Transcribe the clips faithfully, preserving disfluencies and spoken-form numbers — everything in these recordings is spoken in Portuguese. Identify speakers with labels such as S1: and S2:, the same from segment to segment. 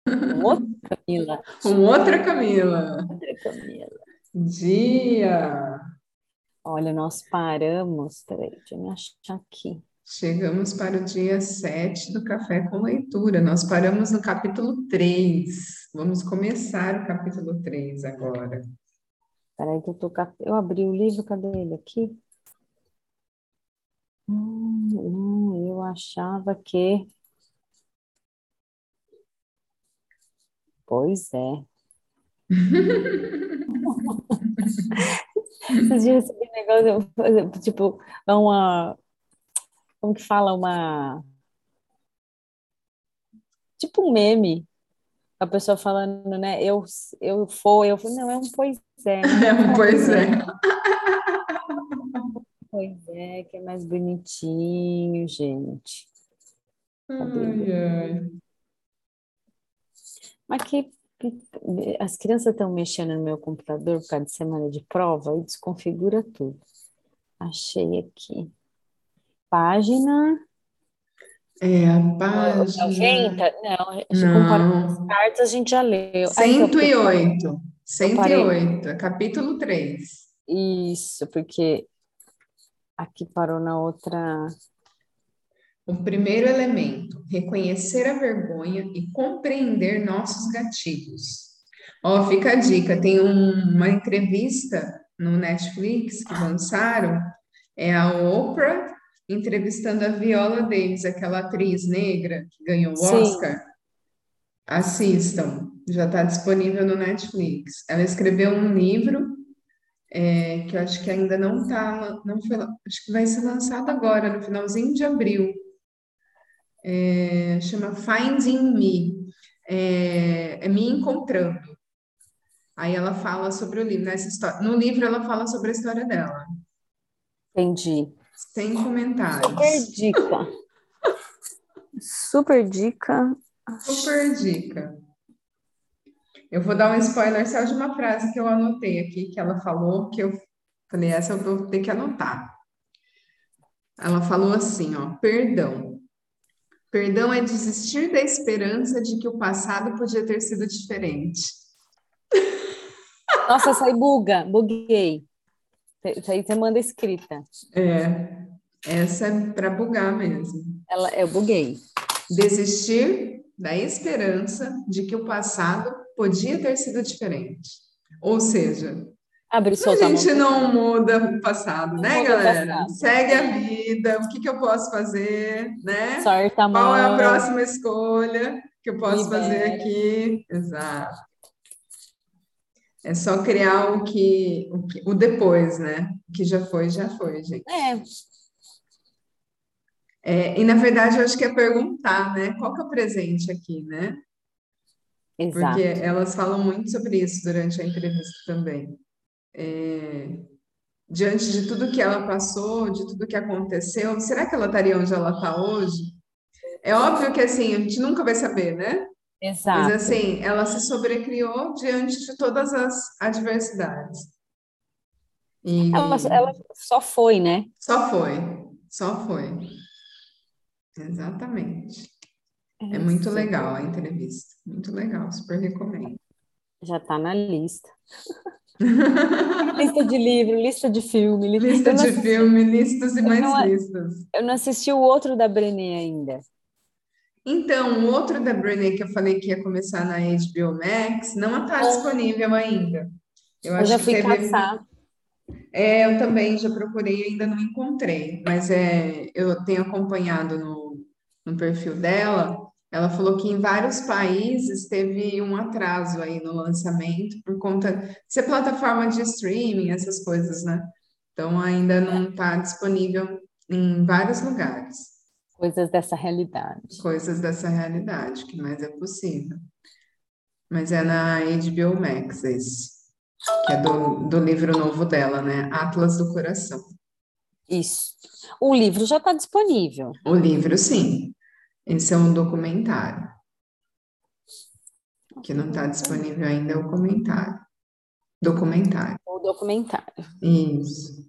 S1: Com outra Camila.
S2: Com outra Camila.
S1: Outra Camila.
S2: Dia.
S1: Olha, nós paramos. Peraí, deixa eu me achar aqui.
S2: Chegamos para o dia sete do Café com Leitura. Nós paramos no capítulo três. Vamos começar o capítulo três agora.
S1: Peraí, que eu tô. cap- Eu abri o livro, cadê ele aqui? Hum, hum, eu achava que. Pois é. Esses dias eu recebi um negócio, tipo, é uma. Como que fala? Uma. Tipo um meme. A pessoa falando, né? Eu, eu for, eu fui, não, é um pois é, né?
S2: É,
S1: Vamos falar
S2: pois
S1: pois
S2: é.
S1: é. Pois é, que é mais bonitinho, gente. Cadê
S2: Ai,
S1: ele?
S2: ai.
S1: Mas que, que- as crianças estão mexendo no meu computador por causa de semana de prova e desconfigura tudo. Achei aqui. Página
S2: É a página.
S1: noventa? Não, acho que comparado às
S2: Não.
S1: cartas a gente já leu. Ah, então,
S2: Cento
S1: porque
S2: e oito.
S1: eu
S2: Cento e
S1: parei.
S2: oito. É capítulo três.
S1: Isso, porque aqui parou na outra.
S2: O primeiro elemento, reconhecer a vergonha e compreender nossos gatilhos. Ó, fica a dica, tem um- uma entrevista no Netflix que lançaram, é a Oprah entrevistando a Viola Davis, aquela atriz negra que ganhou o
S1: Sim,
S2: Oscar. Assistam, já está disponível no Netflix. Ela escreveu um livro é, que eu acho que ainda não está, não foi, acho que vai ser lançado agora, no finalzinho de abril. É, chama Finding Me, é, é Me Encontrando. Aí ela fala sobre o livro, nessa história. No livro ela fala sobre a história dela,
S1: entendi.
S2: sem
S1: Super
S2: comentários.
S1: dica. Super dica.
S2: Super dica. Eu vou dar um spoiler só de uma frase que eu anotei aqui, que ela falou, que eu falei, essa eu vou ter que anotar. Ela falou assim, ó, perdão. Perdão é desistir da esperança de que o passado podia ter sido diferente.
S1: Nossa, sai buga, buguei. Isso aí você manda escrita.
S2: É, essa é para bugar mesmo.
S1: Ela, eu buguei.
S2: Desistir da esperança de que o passado podia ter sido diferente. Ou seja,
S1: Abre e
S2: a
S1: solta a mão.
S2: gente não muda o passado,
S1: Não
S2: né,
S1: muda o
S2: galera?
S1: passado.
S2: Segue a
S1: É.
S2: vida, o que que eu posso fazer, né?
S1: Sorta a
S2: Qual é a
S1: mão,
S2: próxima escolha que eu posso fazer
S1: libera.
S2: aqui? Exato. É só criar o que, o que, o depois, né? O que já foi, já foi, gente.
S1: É,
S2: É, e na verdade, eu acho que é perguntar, né? Qual que é o presente aqui, né? Porque
S1: exato.
S2: elas falam muito sobre isso durante a entrevista também. Diante de tudo que ela passou, de tudo que aconteceu, será que ela estaria onde ela está hoje? É óbvio que assim, a gente nunca vai saber, né? Mas
S1: Exato.
S2: assim, ela se sobrecriou diante de todas as adversidades.
S1: Ela,
S2: E
S1: ela só foi, né?
S2: só foi, só foi. Exatamente. É muito
S1: Isso.
S2: legal a entrevista. Muito legal, super recomendo.
S1: Já tá na lista. Lista de livro, lista de filme. li-
S2: Lista
S1: Eu não
S2: de
S1: assisti,
S2: filme, listas e
S1: eu
S2: mais
S1: não,
S2: listas.
S1: eu não assisti o outro da Brené ainda.
S2: Então, o outro da Brené que eu falei que ia começar na H B O Max não está
S1: Bom,
S2: disponível ainda. Eu
S1: eu já
S2: acho que
S1: fui
S2: teve.
S1: caçar.
S2: É, eu também já procurei e ainda não encontrei, mas é, eu tenho acompanhado no, no perfil dela. Ela falou que em vários países teve um atraso aí no lançamento por conta de ser plataforma de streaming, essas coisas, né? Então ainda não está disponível em vários lugares.
S1: Coisas dessa realidade.
S2: Coisas dessa realidade, que mais é possível. Mas é na H B O Max esse, que é do, do livro novo dela, né? Atlas do Coração.
S1: Isso. O livro já está disponível.
S2: O livro, sim. Esse é um documentário. Que não está disponível ainda é o comentário. Documentário.
S1: O documentário.
S2: Isso.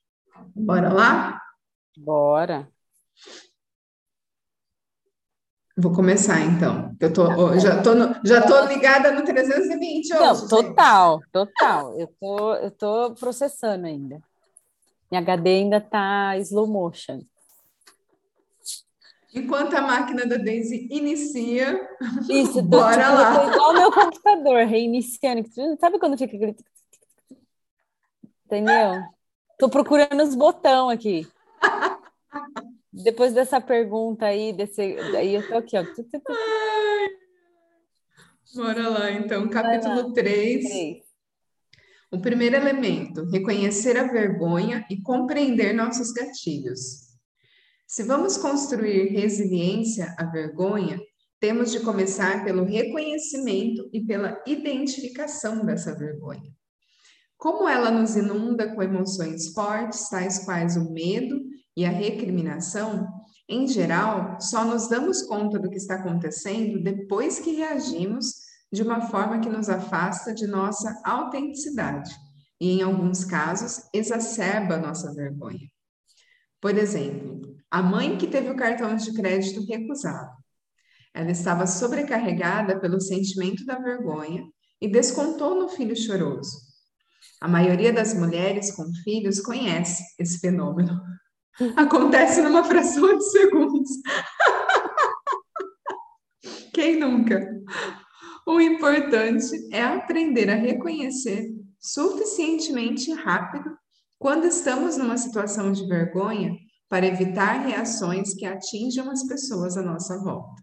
S2: Bora lá?
S1: Bora.
S2: Vou começar então. Eu
S1: Tá,
S2: tô, eu já
S1: peraí.
S2: tô, no- já tô ligada no trezentos e vinte
S1: Não,
S2: hoje, gente.
S1: total, total. Eu tô, eu tô processando ainda. Minha H D ainda tá slow motion.
S2: Enquanto a máquina da Daisy inicia,
S1: Isso, eu tô,
S2: bora
S1: tipo, eu tô
S2: lá.
S1: igual o meu computador, reiniciando. Sabe quando fica aquele... Entendeu? Tô procurando os botões aqui. Depois dessa pergunta aí, desse, aí eu tô aqui, ó. Tu, tu, tu, tu.
S2: Bora lá, então.
S1: Vai lá.
S2: Capítulo três.
S1: Três.
S2: O primeiro elemento, reconhecer a vergonha e compreender nossos gatilhos. Se vamos construir resiliência à vergonha, temos de começar pelo reconhecimento e pela identificação dessa vergonha. Como ela nos inunda com emoções fortes, tais quais o medo e a recriminação, em geral, só nos damos conta do que está acontecendo depois que reagimos de uma forma que nos afasta de nossa autenticidade e, em alguns casos, exacerba nossa vergonha. Por exemplo, a mãe que teve o cartão de crédito recusado. Ela estava sobrecarregada pelo sentimento da vergonha e descontou no filho choroso. A maioria das mulheres com filhos conhece esse fenômeno. Acontece numa fração de segundos. Quem nunca? O importante é aprender a reconhecer suficientemente rápido quando estamos numa situação de vergonha para evitar reações que atinjam as pessoas à nossa volta.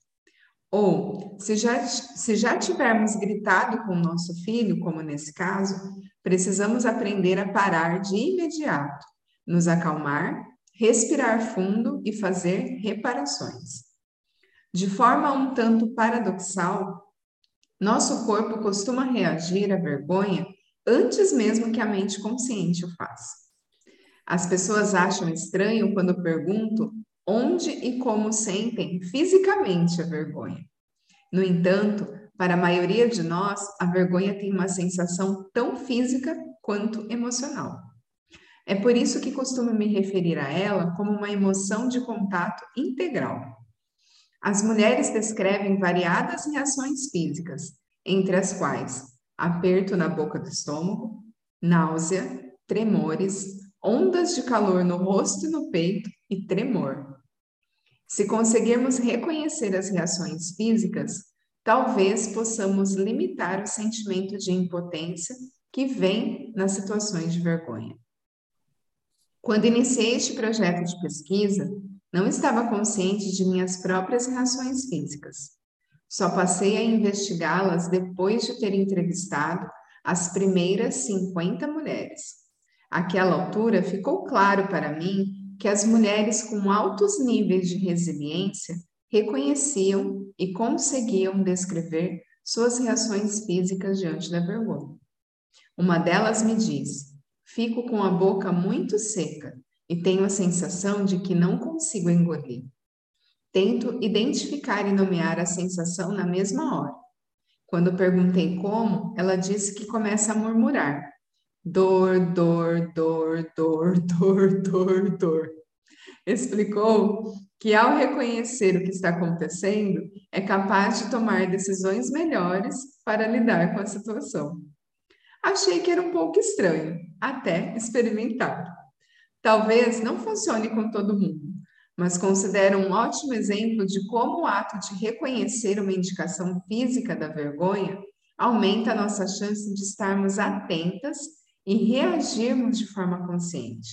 S2: Ou, se já, se já tivermos gritado com o nosso filho, como nesse caso, precisamos aprender a parar de imediato, nos acalmar, respirar fundo e fazer reparações. De forma um tanto paradoxal, nosso corpo costuma reagir à vergonha antes mesmo que a mente consciente o faça. As pessoas acham estranho quando pergunto onde e como sentem fisicamente a vergonha. No entanto, para a maioria de nós, a vergonha tem uma sensação tão física quanto emocional. É por isso que costumo me referir a ela como uma emoção de contato integral. As mulheres descrevem variadas reações físicas, entre as quais aperto na boca do estômago, náusea, tremores, ondas de calor no rosto e no peito e tremor. Se conseguirmos reconhecer as reações físicas, talvez possamos limitar o sentimento de impotência que vem nas situações de vergonha. Quando iniciei este projeto de pesquisa, não estava consciente de minhas próprias reações físicas. Só passei a investigá-las depois de ter entrevistado as primeiras cinquenta mulheres. Àquela altura, ficou claro para mim que as mulheres com altos níveis de resiliência reconheciam e conseguiam descrever suas reações físicas diante da vergonha. Uma delas me diz: fico com a boca muito seca e tenho a sensação de que não consigo engolir. Tento identificar e nomear a sensação na mesma hora. Quando perguntei como, ela disse que começa a murmurar: dor, dor, dor, dor, dor, dor, dor. Explicou que ao reconhecer o que está acontecendo, é capaz de tomar decisões melhores para lidar com a situação. Achei que era um pouco estranho, até experimentar. Talvez não funcione com todo mundo, mas considero um ótimo exemplo de como o ato de reconhecer uma indicação física da vergonha aumenta a nossa chance de estarmos atentas e reagirmos de forma consciente.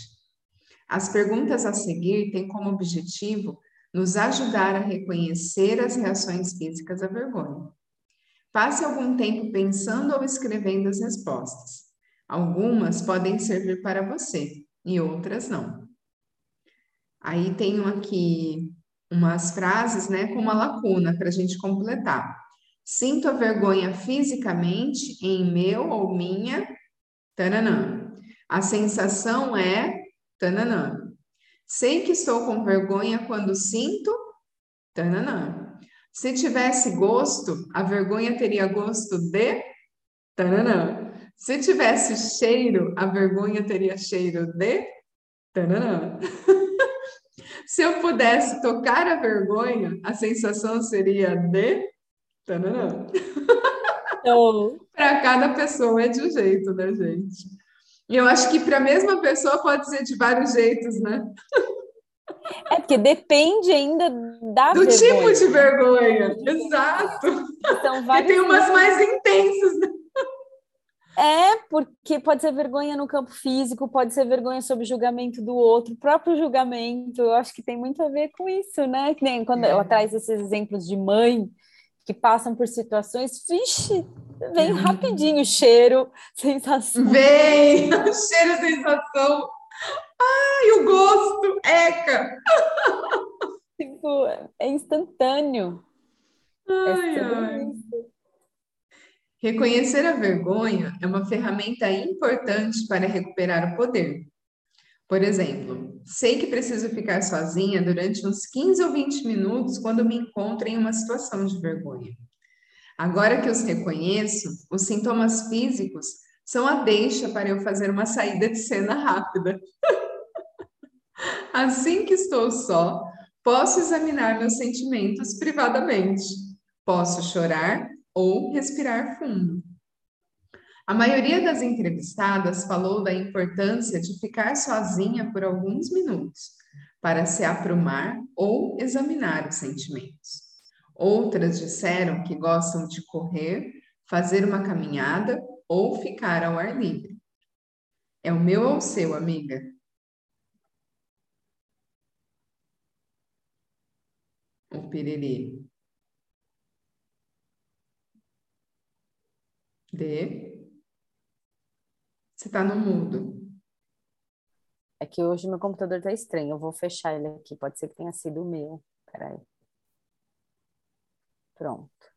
S2: As perguntas a seguir têm como objetivo nos ajudar a reconhecer as reações físicas à vergonha. Passe algum tempo pensando ou escrevendo as respostas. Algumas podem servir para você e outras não. Aí tenho aqui umas frases, né, com uma lacuna para a gente completar. Sinto a vergonha fisicamente em meu ou minha, tananã. A sensação é, tananã. Sei que estou com vergonha quando sinto, tananã. Se tivesse gosto, a vergonha teria gosto de, tananã. Se tivesse cheiro, a vergonha teria cheiro de, tananã. Se eu pudesse tocar a vergonha, a sensação seria de. Tananã.
S1: Então,
S2: Para cada pessoa é de um jeito, né, gente? E eu acho que para a mesma pessoa pode ser de vários jeitos, né?
S1: é porque depende ainda da
S2: Do tipo
S1: vergonha,
S2: de
S1: né?
S2: vergonha,
S1: De vergonha.
S2: exato.
S1: E são
S2: Porque tem
S1: vários
S2: umas
S1: níveis.
S2: mais intensas, né?
S1: É, porque pode ser vergonha no campo físico, pode ser vergonha sob julgamento do outro, o próprio julgamento, eu acho que tem muito a ver com isso, né? Que nem quando ela traz esses exemplos de mãe que passam por situações, vixe, vem rapidinho o cheiro, sensação,
S2: Vem, cheiro, sensação. Ai, o gosto, eca.
S1: tipo, é instantâneo, é
S2: Ai,
S1: sobre
S2: ai.
S1: isso.
S2: Reconhecer a vergonha é uma ferramenta importante para recuperar o poder. Por exemplo, sei que preciso ficar sozinha durante uns quinze ou vinte minutos quando me encontro em uma situação de vergonha. Agora que os reconheço, os sintomas físicos são a deixa para eu fazer uma saída de cena rápida. Assim que estou só, posso examinar meus sentimentos privadamente. Posso chorar ou respirar fundo. A maioria das entrevistadas falou da importância de ficar sozinha por alguns minutos para se aprumar ou examinar os sentimentos. Outras disseram que gostam de correr, fazer uma caminhada ou ficar ao ar livre. É o meu ou o seu, amiga? O piriri. D. Você tá no mudo.
S1: É que hoje meu computador tá estranho, eu vou fechar ele aqui, pode ser que tenha sido o meu. Peraí, pronto.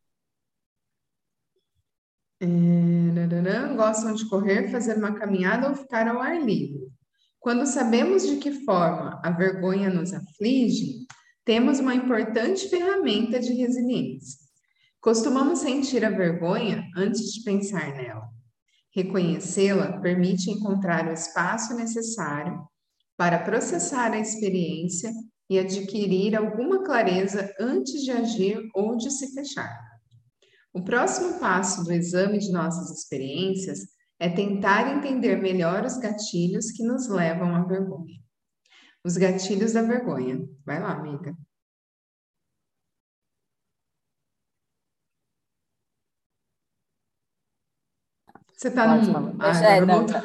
S2: É, nananã, gostam de correr, fazer uma caminhada ou ficar ao ar livre. Quando sabemos de que forma a vergonha nos aflige, temos uma importante ferramenta de resiliência. Costumamos sentir a vergonha antes de pensar nela. Reconhecê-la permite encontrar o espaço necessário para processar a experiência e adquirir alguma clareza antes de agir ou de se fechar. O próximo passo do exame de nossas experiências é tentar entender melhor os gatilhos que nos levam à vergonha. Os gatilhos da vergonha. Vai lá, amiga. Você tá no
S1: Ótimo, vou
S2: mundo. Ah,
S1: fechar. É,
S2: agora
S1: não,
S2: voltou.
S1: tá.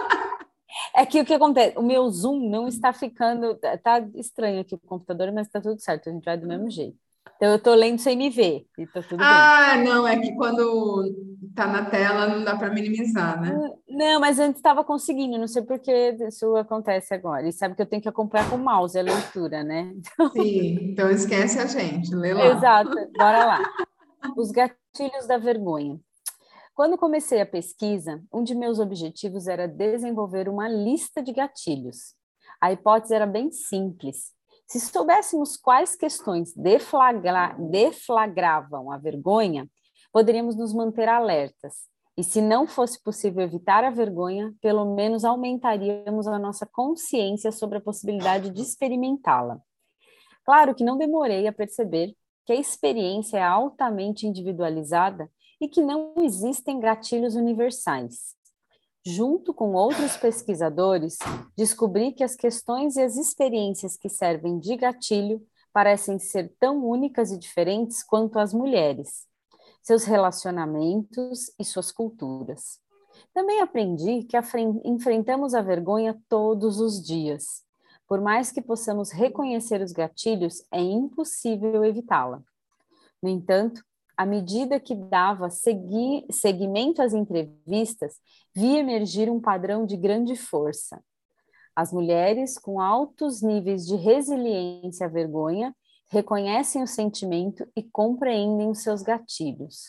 S1: É que o que acontece? O meu Zoom não está ficando. Tá estranho aqui o computador, mas está tudo certo, a gente vai do mesmo jeito. Então eu estou lendo sem me ver, e está tudo bem.
S2: Ah, não, é que quando tá na tela não dá para minimizar, né?
S1: Hum, Não, mas antes estava conseguindo, não sei por que isso acontece agora. E sabe que eu tenho que acompanhar com o mouse a leitura, né?
S2: Sim, então esquece a gente, lê lá.
S1: Exato, bora lá. Os gatilhos da vergonha. Quando comecei a pesquisa, um de meus objetivos era desenvolver uma lista de gatilhos. A hipótese era bem simples. Se soubéssemos quais questões deflagra- deflagravam a vergonha, poderíamos nos manter alertas. E se não fosse possível evitar a vergonha, pelo menos aumentaríamos a nossa consciência sobre a possibilidade de experimentá-la. Claro que não demorei a perceber que a experiência é altamente individualizada e que não existem gatilhos universais. Junto com outros pesquisadores, descobri que as questões e as experiências que servem de gatilho parecem ser tão únicas e diferentes quanto as mulheres, seus relacionamentos e suas culturas. Também aprendi que enfrentamos a vergonha todos os dias. Por mais que possamos reconhecer os gatilhos, é impossível evitá-la. No entanto, à medida que dava segui seguimento às entrevistas, vi emergir um padrão de grande força. As mulheres com altos níveis de resiliência à vergonha reconhecem o sentimento e compreendem os seus gatilhos.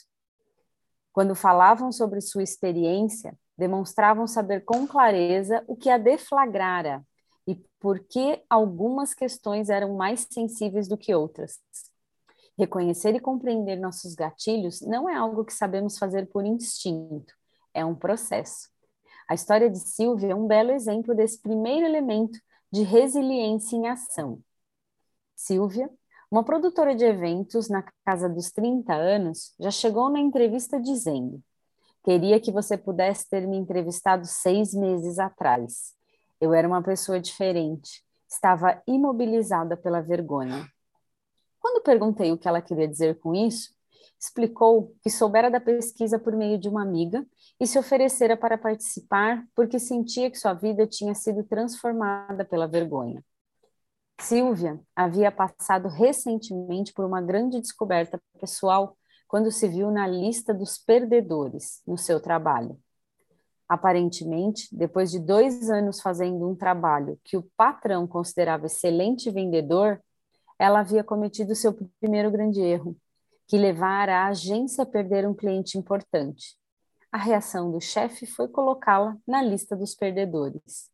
S1: Quando falavam sobre sua experiência, demonstravam saber com clareza o que a deflagrara e por que algumas questões eram mais sensíveis do que outras. Reconhecer e compreender nossos gatilhos não é algo que sabemos fazer por instinto, é um processo. A história de Silvia é um belo exemplo desse primeiro elemento de resiliência em ação. Silvia, uma produtora de eventos na casa dos trinta anos, já chegou na entrevista dizendo: queria que você pudesse ter me entrevistado seis meses atrás. Eu era uma pessoa diferente, estava imobilizada pela vergonha. Quando perguntei o que ela queria dizer com isso, explicou que soubera da pesquisa por meio de uma amiga e se oferecera para participar porque sentia que sua vida tinha sido transformada pela vergonha. Silvia havia passado recentemente por uma grande descoberta pessoal quando se viu na lista dos perdedores no seu trabalho. Aparentemente, depois de dois anos fazendo um trabalho que o patrão considerava excelente vendedor, ela havia cometido seu primeiro grande erro, que levara a agência a perder um cliente importante. A reação do chefe foi colocá-la na lista dos perdedores.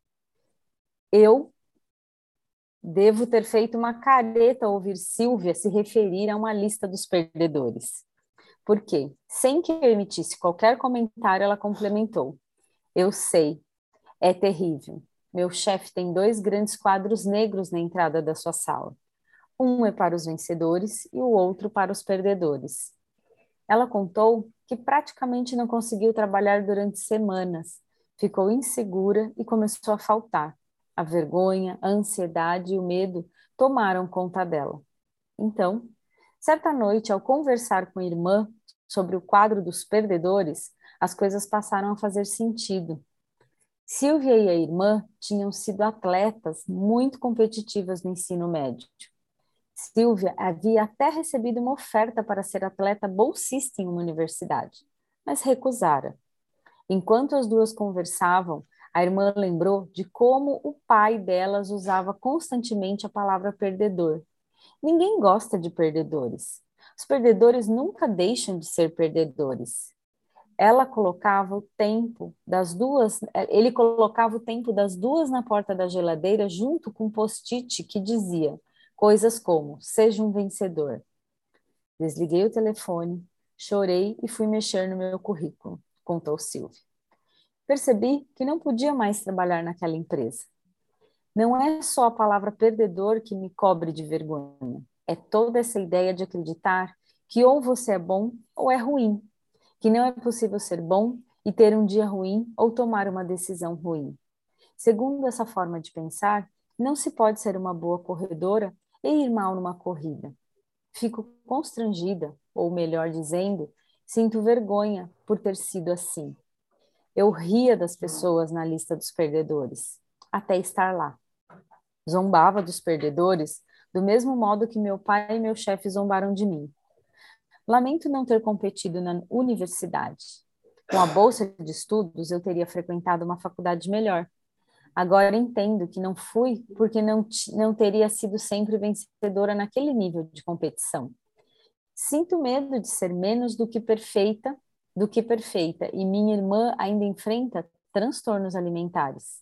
S1: Eu devo ter feito uma careta ao ouvir Silvia se referir a uma lista dos perdedores. Porque, sem que eu emitisse qualquer comentário, ela complementou: eu sei, é terrível. Meu chefe tem dois grandes quadros negros na entrada da sua sala. Um é para os vencedores e o outro para os perdedores. Ela contou que praticamente não conseguiu trabalhar durante semanas, ficou insegura e começou a faltar. A vergonha, a ansiedade e o medo tomaram conta dela. Então, certa noite, ao conversar com a irmã sobre o quadro dos perdedores, as coisas passaram a fazer sentido. Silvia e a irmã tinham sido atletas muito competitivas no ensino médio. Silvia havia até recebido uma oferta para ser atleta bolsista em uma universidade, mas recusara. Enquanto as duas conversavam, a irmã lembrou de como o pai delas usava constantemente a palavra perdedor. Ninguém gosta de perdedores. Os perdedores nunca deixam de ser perdedores. Ela colocava o tempo das duas, ele colocava o tempo das duas na porta da geladeira junto com um post-it que dizia coisas como: seja um vencedor. Desliguei o telefone, chorei e fui mexer no meu currículo, contou Silvia. Percebi que não podia mais trabalhar naquela empresa. Não é só a palavra perdedor que me cobre de vergonha, é toda essa ideia de acreditar que ou você é bom ou é ruim, que não é possível ser bom e ter um dia ruim ou tomar uma decisão ruim. Segundo essa forma de pensar, não se pode ser uma boa corredora e ir mal numa corrida. Fico constrangida, ou melhor dizendo, sinto vergonha por ter sido assim. Eu ria das pessoas na lista dos perdedores, até estar lá. Zombava dos perdedores do mesmo modo que meu pai e meu chefe zombaram de mim. Lamento não ter competido na universidade. Com a bolsa de estudos, eu teria frequentado uma faculdade melhor. Agora entendo que não fui porque não, não teria sido sempre vencedora naquele nível de competição. Sinto medo de ser menos do que perfeita, do que perfeita, e minha irmã ainda enfrenta transtornos alimentares.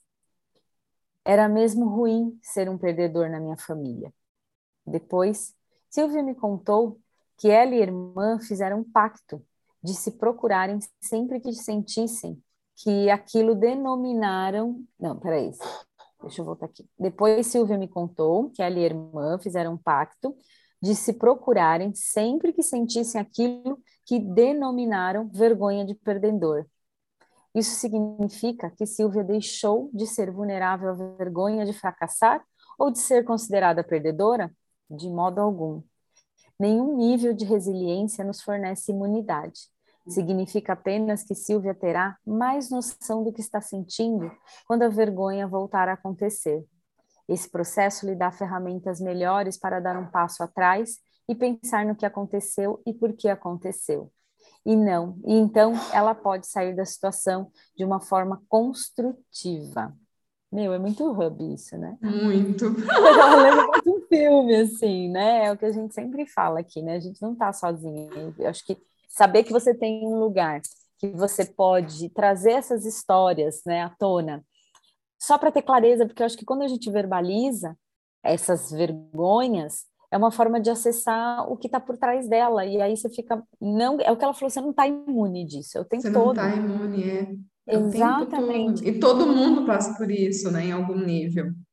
S1: Era mesmo ruim ser um perdedor na minha família. Depois, Silvia me contou que ela e a irmã fizeram um pacto de se procurarem sempre que sentissem que aquilo denominaram... Não, peraí, deixa eu voltar aqui. Depois, Silvia me contou que ela e a irmã fizeram um pacto de se procurarem sempre que sentissem aquilo que denominaram vergonha de perdedor. Isso significa que Silvia deixou de ser vulnerável à vergonha de fracassar ou de ser considerada perdedora? De modo algum. Nenhum nível de resiliência nos fornece imunidade. Significa apenas que Silvia terá mais noção do que está sentindo quando a vergonha voltar a acontecer. Esse processo lhe dá ferramentas melhores para dar um passo atrás e pensar no que aconteceu e por que aconteceu. E não, e então ela pode sair da situação de uma forma construtiva. Meu, é muito hub isso, né?
S2: Muito.
S1: Eu lembro muito um filme, assim, né? É o que a gente sempre fala aqui, né? A gente não tá sozinho. Eu acho que saber que você tem um lugar que você pode trazer essas histórias, né, à tona, só para ter clareza, porque eu acho que quando a gente verbaliza essas vergonhas, é uma forma de acessar o que está por trás dela, e aí você fica, não, é o que ela falou, você não está imune disso, é o tempo
S2: Você não está
S1: todo.
S2: imune, é, é o tempo todo.
S1: Exatamente.
S2: E todo mundo passa por isso, né, em algum nível.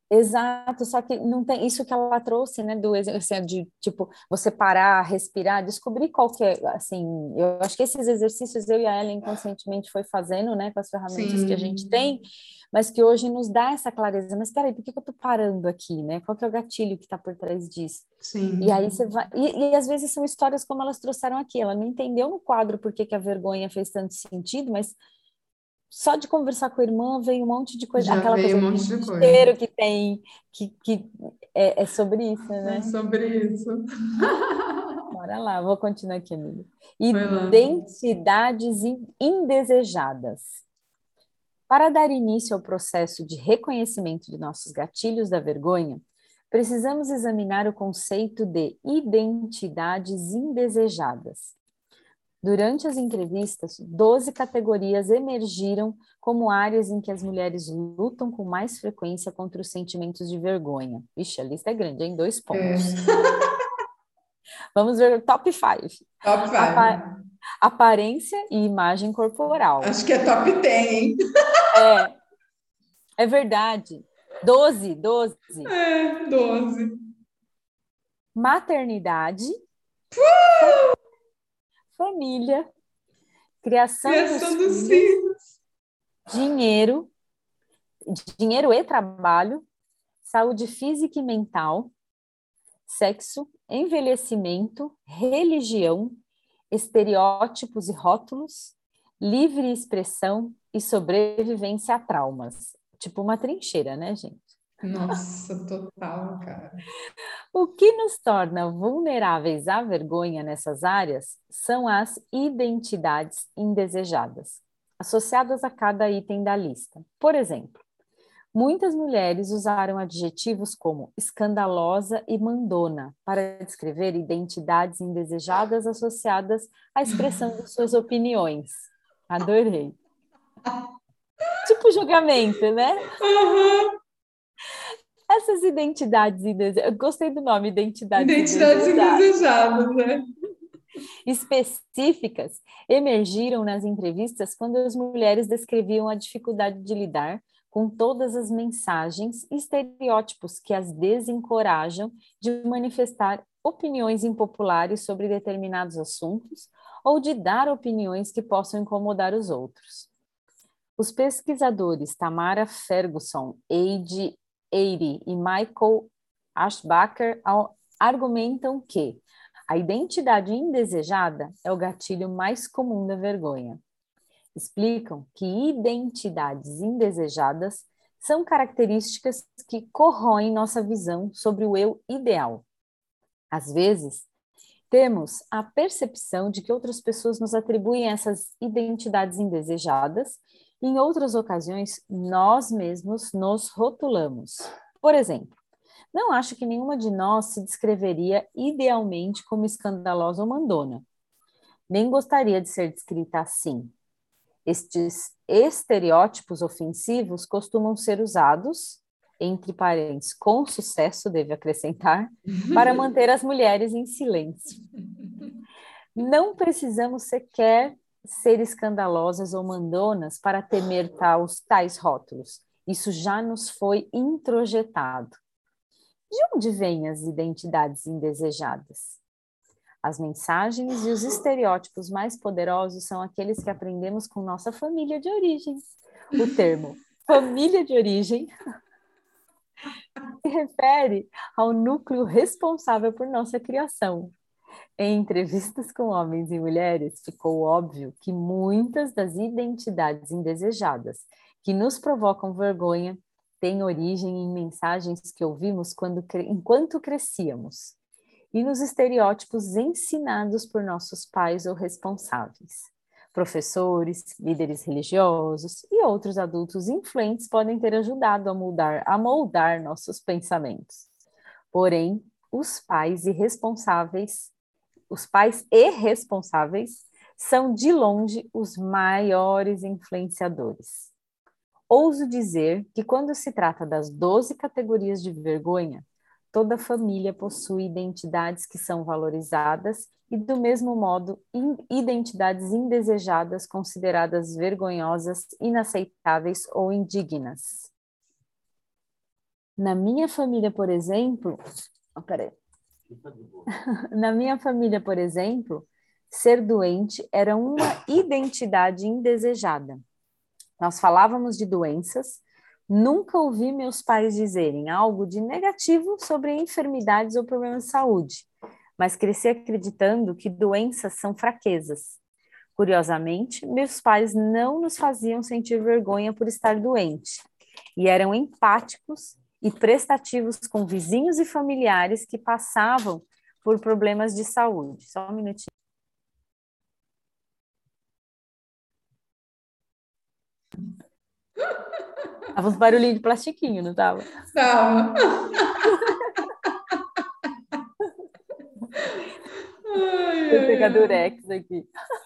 S1: Exato, só que não tem isso que ela trouxe, né, do exe- assim, de tipo você parar, respirar, descobrir qual que é, assim, eu acho que esses exercícios eu e a Ellen inconscientemente foi fazendo, né, com as ferramentas que a gente
S2: Sim,
S1: tem, mas que hoje nos dá essa clareza. Mas peraí, por que que eu tô parando aqui, né? Qual que é o gatilho que está por trás disso? E
S2: sim.
S1: aí você vai, e, e às vezes são histórias como elas trouxeram aqui. Ela não entendeu no quadro por que que a vergonha fez tanto sentido, mas só de conversar com a irmã veio um monte de coisa,
S2: Já
S1: aquela
S2: veio
S1: coisa
S2: um
S1: do
S2: monte de coisa.
S1: cheiro que tem, que, que é, é sobre isso,
S2: É
S1: né?
S2: sobre isso.
S1: Bora lá, vou continuar aqui, amiga.
S2: Vai lá.
S1: Identidades in- indesejadas. Para dar início ao processo de reconhecimento de nossos gatilhos da vergonha, precisamos examinar o conceito de identidades indesejadas. Durante as entrevistas, doze categorias emergiram como áreas em que as mulheres lutam com mais frequência contra os sentimentos de vergonha. Ixi, a lista é grande, em dois pontos.
S2: É.
S1: Vamos ver o top cinco.
S2: Top
S1: Apa
S2: cinco.
S1: aparência e imagem corporal.
S2: Acho que é top dez, hein?
S1: É, é verdade. Doze, doze.
S2: É, doze.
S1: Maternidade, família, criação dos
S2: Criação dos
S1: filhos,
S2: filhos.
S1: dinheiro, dinheiro e trabalho, saúde física e mental, sexo, envelhecimento, religião, estereótipos e rótulos, livre expressão e sobrevivência a traumas. Tipo uma trincheira, né, gente?
S2: Nossa, total, cara.
S1: O que nos torna vulneráveis à vergonha nessas áreas são as identidades indesejadas, associadas a cada item da lista. Por exemplo, muitas mulheres usaram adjetivos como escandalosa e mandona para descrever identidades indesejadas associadas à expressão de suas opiniões. Adorei. Tipo julgamento, né?
S2: Aham.
S1: Essas identidades indesejadas. Eu gostei do nome, identidades
S2: Identidades
S1: indesejadas.
S2: indesejadas, né?
S1: Específicas emergiram nas entrevistas quando as mulheres descreviam a dificuldade de lidar com todas as mensagens e estereótipos que as desencorajam de manifestar opiniões impopulares sobre determinados assuntos ou de dar opiniões que possam incomodar os outros. Os pesquisadores Tamara Ferguson, Ade Eire e Michael Ashbacher argumentam que a identidade indesejada é o gatilho mais comum da vergonha. Explicam que identidades indesejadas são características que corroem nossa visão sobre o eu ideal. Às vezes, temos a percepção de que outras pessoas nos atribuem essas identidades indesejadas, e em outras ocasiões, nós mesmos nos rotulamos. Por exemplo, não acho que nenhuma de nós se descreveria idealmente como escandalosa ou mandona. Nem gostaria de ser descrita assim. Estes estereótipos ofensivos costumam ser usados, entre parênteses, com sucesso, devo acrescentar, para manter as mulheres em silêncio. Não precisamos sequer ser escandalosas ou mandonas para temer tais, tais rótulos. Isso já nos foi introjetado. De onde vêm as identidades indesejadas? As mensagens e os estereótipos mais poderosos são aqueles que aprendemos com nossa família de origem. O termo família de origem se refere ao núcleo responsável por nossa criação. Em entrevistas com homens e mulheres, ficou óbvio que muitas das identidades indesejadas que nos provocam vergonha têm origem em mensagens que ouvimos quando, enquanto crescíamos e nos estereótipos ensinados por nossos pais ou responsáveis. Professores, líderes religiosos e outros adultos influentes podem ter ajudado a moldar, a moldar nossos pensamentos. Porém, os pais e responsáveis os pais e responsáveis são, de longe, os maiores influenciadores. Ouso dizer que, quando se trata das doze categorias de vergonha, toda família possui identidades que são valorizadas e, do mesmo modo, identidades indesejadas consideradas vergonhosas, inaceitáveis ou indignas. Na minha família, por exemplo, oh, peraí. Na minha família, por exemplo, ser doente era uma identidade indesejada. Nós falávamos de doenças, nunca ouvi meus pais dizerem algo de negativo sobre enfermidades ou problemas de saúde, mas cresci acreditando que doenças são fraquezas. Curiosamente, meus pais não nos faziam sentir vergonha por estar doente e eram empáticos e prestativos com vizinhos e familiares que passavam por problemas de saúde. Só um minutinho. Tava uns barulhinhos de plastiquinho, não tava?
S2: Tava.
S1: Vou
S2: Ai,
S1: pegar
S2: ai,
S1: durex aqui.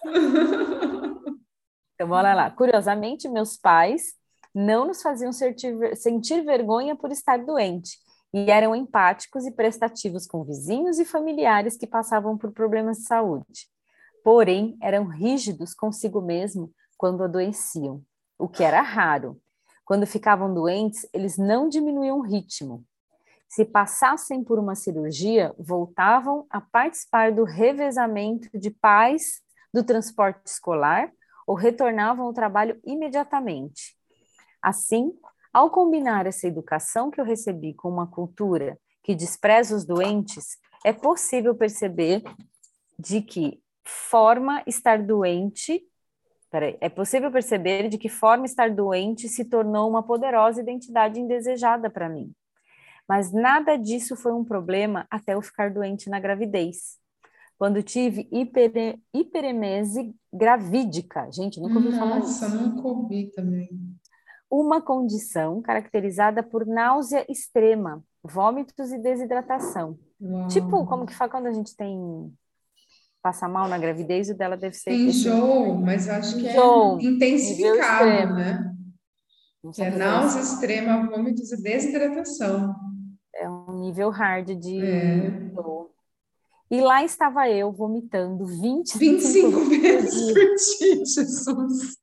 S1: Então, bora lá. Curiosamente, meus pais não nos faziam sentir, sentir vergonha por estar doente e eram empáticos e prestativos com vizinhos e familiares que passavam por problemas de saúde. Porém, eram rígidos consigo mesmo quando adoeciam, o que era raro. Quando ficavam doentes, eles não diminuíam o ritmo. Se passassem por uma cirurgia, voltavam a participar do revezamento de pais do transporte escolar ou retornavam ao trabalho imediatamente. Assim, ao combinar essa educação que eu recebi com uma cultura que despreza os doentes, é possível perceber de que forma estar doente, peraí, é possível perceber de que forma estar doente se tornou uma poderosa identidade indesejada para mim. Mas nada disso foi um problema até eu ficar doente na gravidez. Quando tive hiper, hiperemese gravídica. Gente, nunca ouvi falar
S2: nossa,
S1: isso.
S2: nunca ouvi também.
S1: Uma condição caracterizada por náusea extrema, vômitos e desidratação.
S2: Uau.
S1: Tipo, como que faz quando a gente tem passa mal na gravidez, o dela deve ser esse
S2: Enjoo, mas eu acho que é
S1: enjoo, nível
S2: intensificado,
S1: extremo.
S2: né?
S1: Não
S2: Que é
S1: sabia que era esse.
S2: náusea extrema, vômitos e desidratação.
S1: É um nível hard de
S2: É.
S1: enjoo. E lá estava eu vomitando vinte e
S2: vinte e
S1: cinco
S2: cinco
S1: vezes por
S2: vezes por
S1: dia,
S2: dia, Jesus.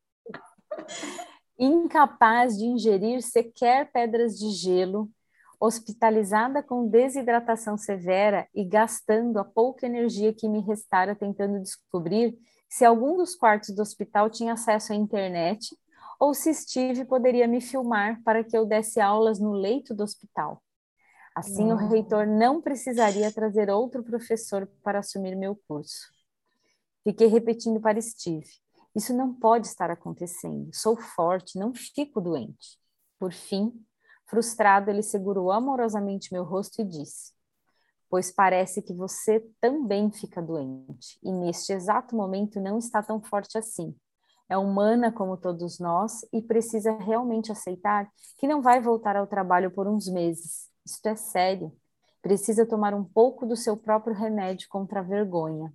S1: incapaz de ingerir sequer pedras de gelo, hospitalizada com desidratação severa e gastando a pouca energia que me restara tentando descobrir se algum dos quartos do hospital tinha acesso à internet ou se Steve poderia me filmar para que eu desse aulas no leito do hospital. Assim, o
S2: Uau.
S1: reitor não precisaria trazer outro professor para assumir meu curso. Fiquei repetindo para Steve: isso não pode estar acontecendo. Sou forte, não fico doente. Por fim, frustrado, ele segurou amorosamente meu rosto e disse: pois parece que você também fica doente, e neste exato momento não está tão forte assim. É humana como todos nós e precisa realmente aceitar que não vai voltar ao trabalho por uns meses. Isto é sério. Precisa tomar um pouco do seu próprio remédio contra a vergonha.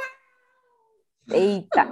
S1: Eita!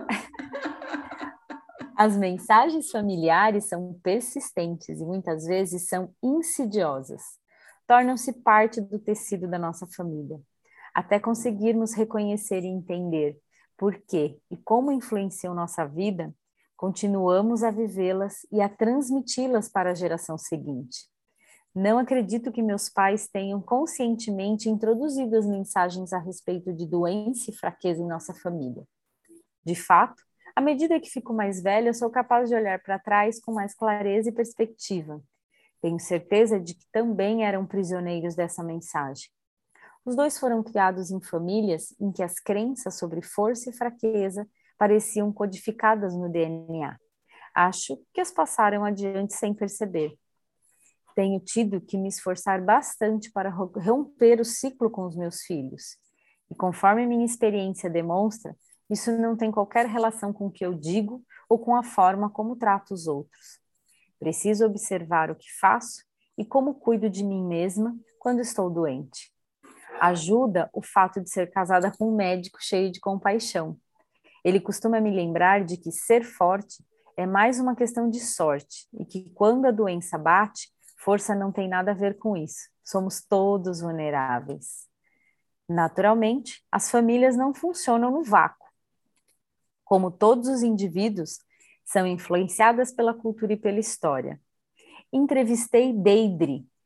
S1: As mensagens familiares são persistentes e muitas vezes são insidiosas. Tornam-se parte do tecido da nossa família, até conseguirmos reconhecer e entender por quê e como influenciam nossa vida, continuamos a vivê-las e a transmiti-las para a geração seguinte. Não acredito que meus pais tenham conscientemente introduzido as mensagens a respeito de doença e fraqueza em nossa família. De fato, à medida que fico mais velha, sou capaz de olhar para trás com mais clareza e perspectiva. Tenho certeza de que também eram prisioneiros dessa mensagem. Os dois foram criados em famílias em que as crenças sobre força e fraqueza pareciam codificadas no D N A. Acho que as passaram adiante sem perceber. Tenho tido que me esforçar bastante para romper o ciclo com os meus filhos. E conforme minha experiência demonstra, isso não tem qualquer relação com o que eu digo ou com a forma como trato os outros. Preciso observar o que faço e como cuido de mim mesma quando estou doente. Ajuda o fato de ser casada com um médico cheio de compaixão. Ele costuma me lembrar de que ser forte é mais uma questão de sorte e que quando a doença bate, força não tem nada a ver com isso. Somos todos vulneráveis. Naturalmente, as famílias não funcionam no vácuo. Como todos os indivíduos, são influenciadas pela cultura e pela história. Entrevistei Deidre,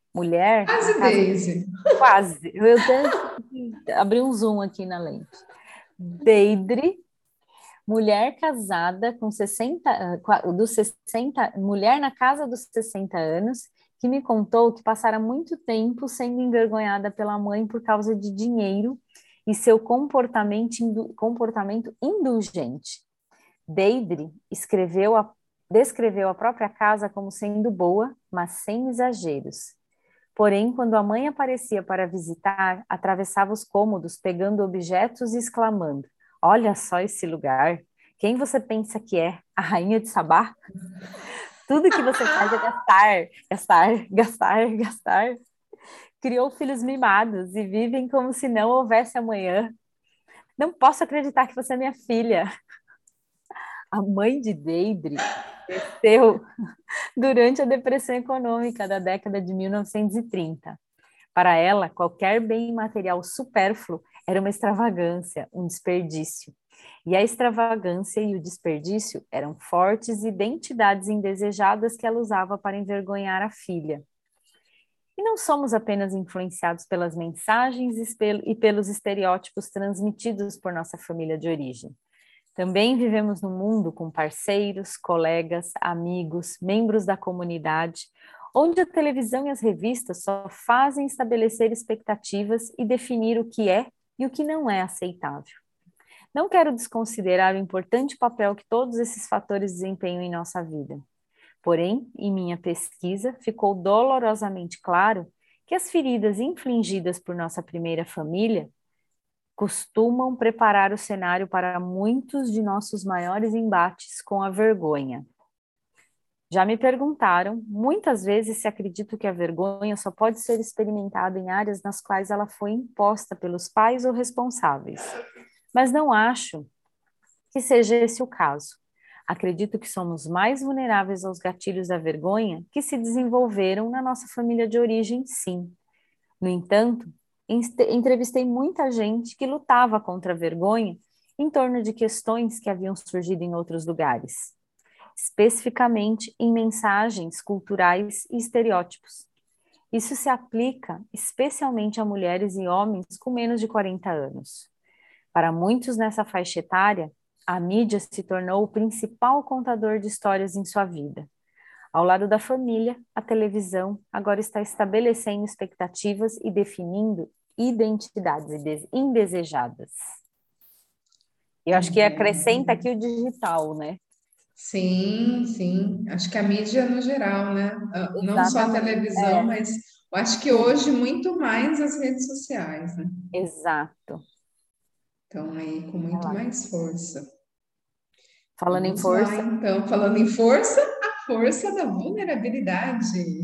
S1: Mulher na
S2: Quase,
S1: casa...
S2: Daisy.
S1: Quase. Eu até abri um zoom aqui na lente. Deidre, mulher casada com sessenta, ah, dos sessenta, mulher na casa dos sessenta anos, que me contou que passara muito tempo sendo envergonhada pela mãe por causa de dinheiro e seu comportamento, indu- comportamento indulgente. Deidre escreveu a, descreveu a própria casa como sendo boa, mas sem exageros. Porém, quando a mãe aparecia para visitar, atravessava os cômodos, pegando objetos e exclamando: "Olha só esse lugar! Quem você pensa que é? A rainha de Sabá? Tudo que você faz é gastar, gastar, gastar, gastar." Criou filhos mimados e vivem como se não houvesse amanhã. Não posso acreditar que você é minha filha. A mãe de Deidre cresceu durante a depressão econômica da década de mil novecentos e trinta. Para ela, qualquer bem material supérfluo era uma extravagância, um desperdício. E a extravagância e o desperdício eram fortes identidades indesejadas que ela usava para envergonhar a filha. E não somos apenas influenciados pelas mensagens e pelos estereótipos transmitidos por nossa família de origem. Também vivemos num mundo com parceiros, colegas, amigos, membros da comunidade, onde a televisão e as revistas só fazem estabelecer expectativas e definir o que é e o que não é aceitável. Não quero desconsiderar o importante papel que todos esses fatores desempenham em nossa vida. Porém, em minha pesquisa, ficou dolorosamente claro que as feridas infligidas por nossa primeira família costumam preparar o cenário para muitos de nossos maiores embates com a vergonha. Já me perguntaram muitas vezes se acredito que a vergonha só pode ser experimentada em áreas nas quais ela foi imposta pelos pais ou responsáveis. Mas não acho que seja esse o caso. Acredito que somos mais vulneráveis aos gatilhos da vergonha que se desenvolveram na nossa família de origem, sim. No entanto, entrevistei muita gente que lutava contra a vergonha em torno de questões que haviam surgido em outros lugares, especificamente em mensagens culturais e estereótipos. Isso se aplica especialmente a mulheres e homens com menos de quarenta anos. Para muitos nessa faixa etária, a mídia se tornou o principal contador de histórias em sua vida. Ao lado da família, a televisão agora está estabelecendo expectativas e definindo identidades indesejadas. Eu acho que acrescenta aqui o digital, né?
S2: Sim, sim. Acho que a mídia no geral, né? Ah, não só a
S1: Exatamente.
S2: televisão,
S1: É,
S2: mas eu acho que
S1: sim,
S2: hoje muito mais as redes sociais, né?
S1: exato.
S2: Estão aí com muito
S1: Ela-
S2: mais força.
S1: Falando em
S2: Vamos lá,
S1: força,
S2: então. Falando em força, a força da vulnerabilidade.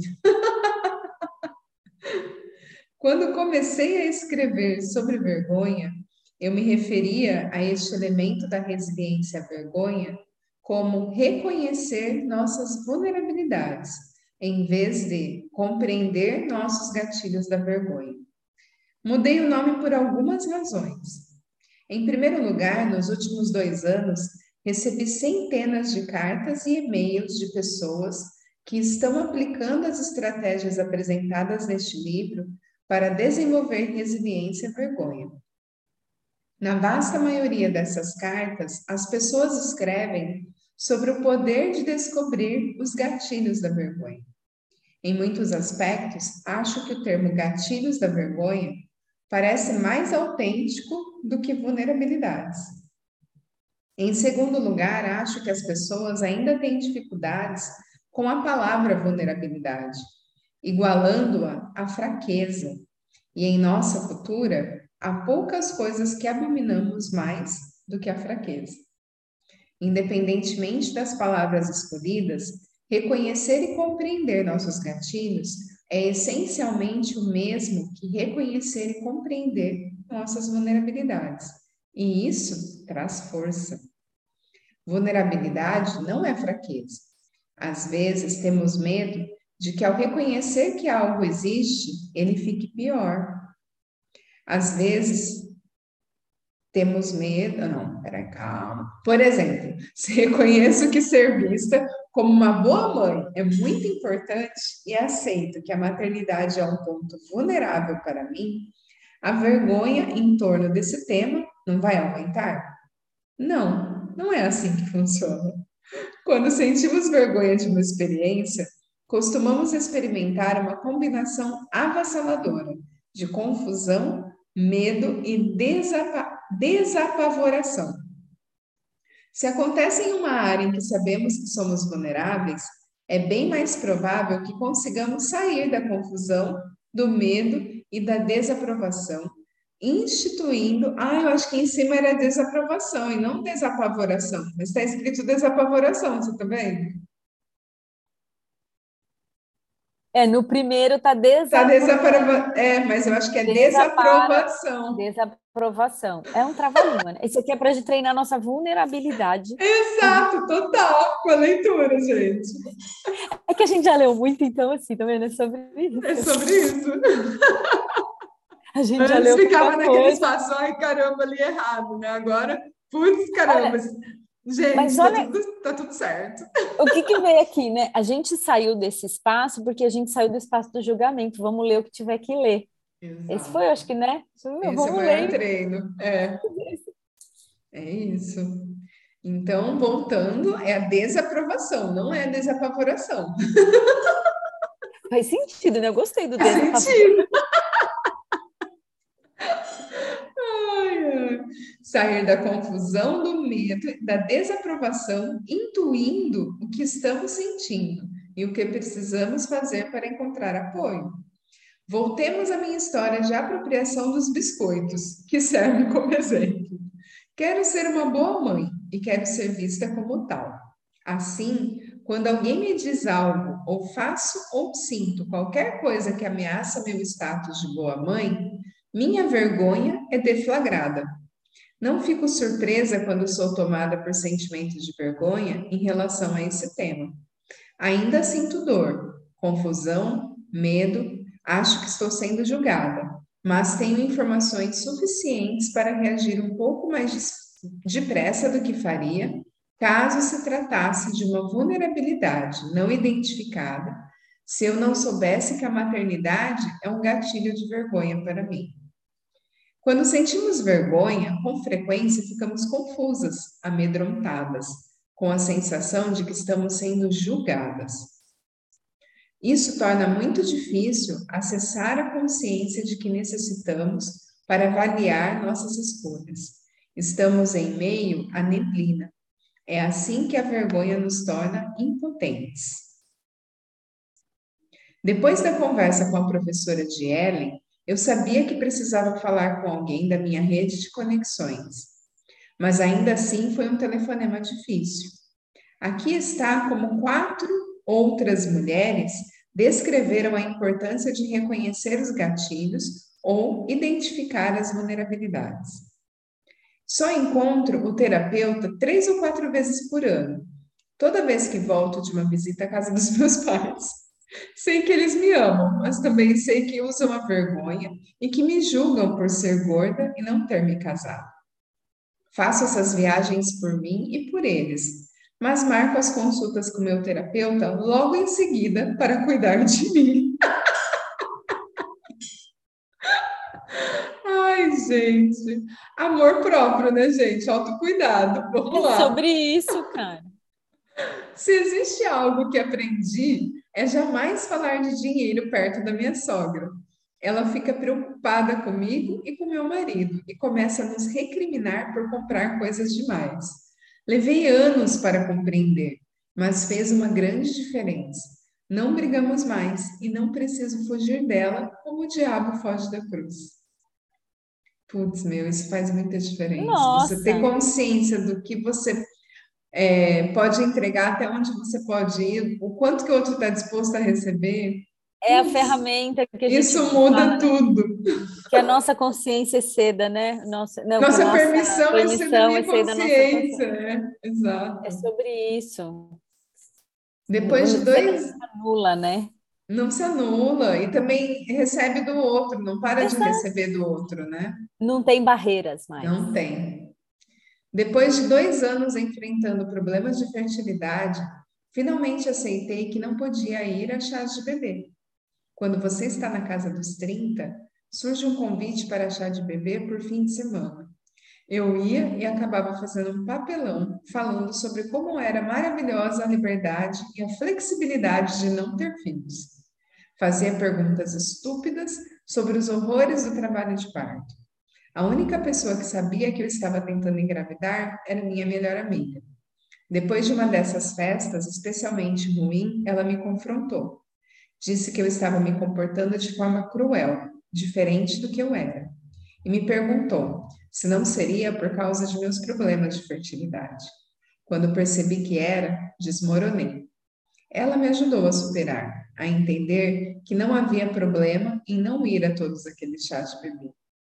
S2: Quando comecei a escrever sobre vergonha, eu me referia a este elemento da resiliência à vergonha como reconhecer nossas vulnerabilidades, em vez de compreender nossos gatilhos da vergonha. Mudei o nome por algumas razões. Em primeiro lugar, nos últimos dois anos, recebi centenas de cartas e e-mails de pessoas que estão aplicando as estratégias apresentadas neste livro para desenvolver resiliência à vergonha. Na vasta maioria dessas cartas, as pessoas escrevem sobre o poder de descobrir os gatilhos da vergonha. Em muitos aspectos, acho que o termo gatilhos da vergonha parece mais autêntico do que vulnerabilidades. Em segundo lugar, acho que as pessoas ainda têm dificuldades com a palavra vulnerabilidade, igualando-a à fraqueza. E em nossa cultura, há poucas coisas que abominamos mais do que a fraqueza. Independentemente das palavras escolhidas, reconhecer e compreender nossos gatilhos é essencialmente o mesmo que reconhecer e compreender nossas vulnerabilidades. E isso traz força. Vulnerabilidade não é fraqueza. Às vezes temos medo de que ao reconhecer que algo existe, ele fique pior. Às vezes Temos medo. Não, peraí, calma. Por exemplo, se reconheço que ser vista como uma boa mãe é muito importante e aceito que a maternidade é um ponto vulnerável para mim, a vergonha em torno desse tema não vai aumentar? Não, não é assim que funciona. Quando sentimos vergonha de uma experiência, costumamos experimentar uma combinação avassaladora de confusão, medo e desapa- desapavoração. Se acontece em uma área em que sabemos que somos vulneráveis, é bem mais provável que consigamos sair da confusão, do medo e da desaprovação, instituindo. Ah, eu acho que em cima era desaprovação e não desapavoração, mas está escrito desapavoração, você está vendo?
S1: É, no primeiro tá
S2: Tá
S1: desapro...
S2: desaprova... É, mas eu acho que é
S1: desapara...
S2: desaprovação.
S1: desaprovação. É um trava-língua, né? Isso aqui é para a gente treinar nossa vulnerabilidade.
S2: Exato, total, com a leitura, gente.
S1: É que a gente já leu muito, então, assim, tá vendo? É sobre
S2: É
S1: isso.
S2: sobre isso.
S1: A gente já
S2: Antes
S1: leu
S2: ficava
S1: muita
S2: naquele
S1: coisa.
S2: espaço, ai caramba, li errado, né? Agora, putz, caramba,
S1: Olha, mas
S2: gente, tá
S1: olha
S2: tudo, tá tudo certo.
S1: o que que veio aqui, né? A gente saiu desse espaço porque a gente saiu do espaço do julgamento. Vamos ler o que tiver que ler. Esse foi, eu
S2: Exato.
S1: acho que, né?
S2: Esse é o
S1: Vamos
S2: maior
S1: ler.
S2: treino. É, é isso. Então, voltando, é a desaprovação, não é a desapavoração.
S1: Faz sentido, né? Eu gostei do
S2: Faz
S1: desapavoro.
S2: sentido. Ai, ai. Sair da confusão, do medo, da desaprovação, intuindo o que estamos sentindo e o que precisamos fazer para encontrar apoio. Voltemos à minha história de apropriação dos biscoitos, que serve como exemplo. Quero ser uma boa mãe e quero ser vista como tal. Assim, quando alguém me diz algo, ou faço ou sinto qualquer coisa que ameaça meu status de boa mãe, minha vergonha é deflagrada. Não fico surpresa quando sou tomada por sentimentos de vergonha em relação a esse tema. Ainda sinto dor, confusão, medo, acho que estou sendo julgada, mas tenho informações suficientes para reagir um pouco mais depressa do que faria caso se tratasse de uma vulnerabilidade não identificada, se eu não soubesse que a maternidade é um gatilho de vergonha para mim. Quando sentimos vergonha, com frequência ficamos confusas, amedrontadas, com a sensação de que estamos sendo julgadas. Isso torna muito difícil acessar a consciência de que necessitamos para avaliar nossas escolhas. Estamos em meio à neblina. É assim que a vergonha nos torna impotentes. Depois da conversa com a professora de Ellen, eu sabia que precisava falar com alguém da minha rede de conexões. Mas ainda assim foi um telefonema difícil. Aqui está como quatro outras mulheres descreveram a importância de reconhecer os gatilhos ou identificar as vulnerabilidades. Só encontro o terapeuta três ou quatro vezes por ano, toda vez que volto de uma visita à casa dos meus pais. Sei que eles me amam, mas também sei que usam a vergonha e que me julgam por ser gorda e não ter me casado. Faço essas viagens por mim e por eles, mas marco as consultas com meu terapeuta logo em seguida para cuidar de mim. Ai, gente, amor próprio, né, gente? Autocuidado, vamos
S1: É
S2: lá.
S1: sobre isso, cara.
S2: Se existe algo que aprendi, é jamais falar de dinheiro perto da minha sogra. Ela fica preocupada comigo e com meu marido e começa a nos recriminar por comprar coisas demais. Levei anos para compreender, mas fez uma grande diferença. Não brigamos mais e não preciso fugir dela como o diabo foge da cruz. Putz, meu, isso faz muita diferença. Você ter
S1: Nossa,
S2: consciência do que você é, pode entregar, até onde você pode ir, o quanto que o outro está disposto a receber.
S1: é a
S2: Putz,
S1: ferramenta que a gente
S2: isso muda
S1: fala, né?
S2: tudo.
S1: Que a nossa consciência exceda, né? Nossa, não, que a
S2: Nossa
S1: nossa
S2: permissão é ser da
S1: permissão
S2: minha
S1: exceda a nossa
S2: consciência,
S1: consciência.
S2: né?
S1: É
S2: Exato.
S1: sobre isso.
S2: Depois de
S1: Você não
S2: dois,
S1: se anula, né?
S2: não se anula e também recebe do outro, não para de
S1: Exato.
S2: receber do outro, né?
S1: Não tem barreiras mais.
S2: Não tem. Depois de dois anos enfrentando problemas de fertilidade, finalmente aceitei que não podia ir a chás de bebê. Quando você está na casa dos trinta, surge um convite para chá de bebê por fim de semana. Eu ia e acabava fazendo um papelão falando sobre como era maravilhosa a liberdade e a flexibilidade de não ter filhos. Fazia perguntas estúpidas sobre os horrores do trabalho de parto. A única pessoa que sabia que eu estava tentando engravidar era minha melhor amiga. Depois de uma dessas festas, especialmente ruim, ela me confrontou. Disse que eu estava me comportando de forma cruel, diferente do que eu era. E me perguntou se não seria por causa de meus problemas de fertilidade. Quando percebi que era, desmoronei. Ela me ajudou a superar, a entender que não havia problema em não ir a todos aqueles chás de bebê.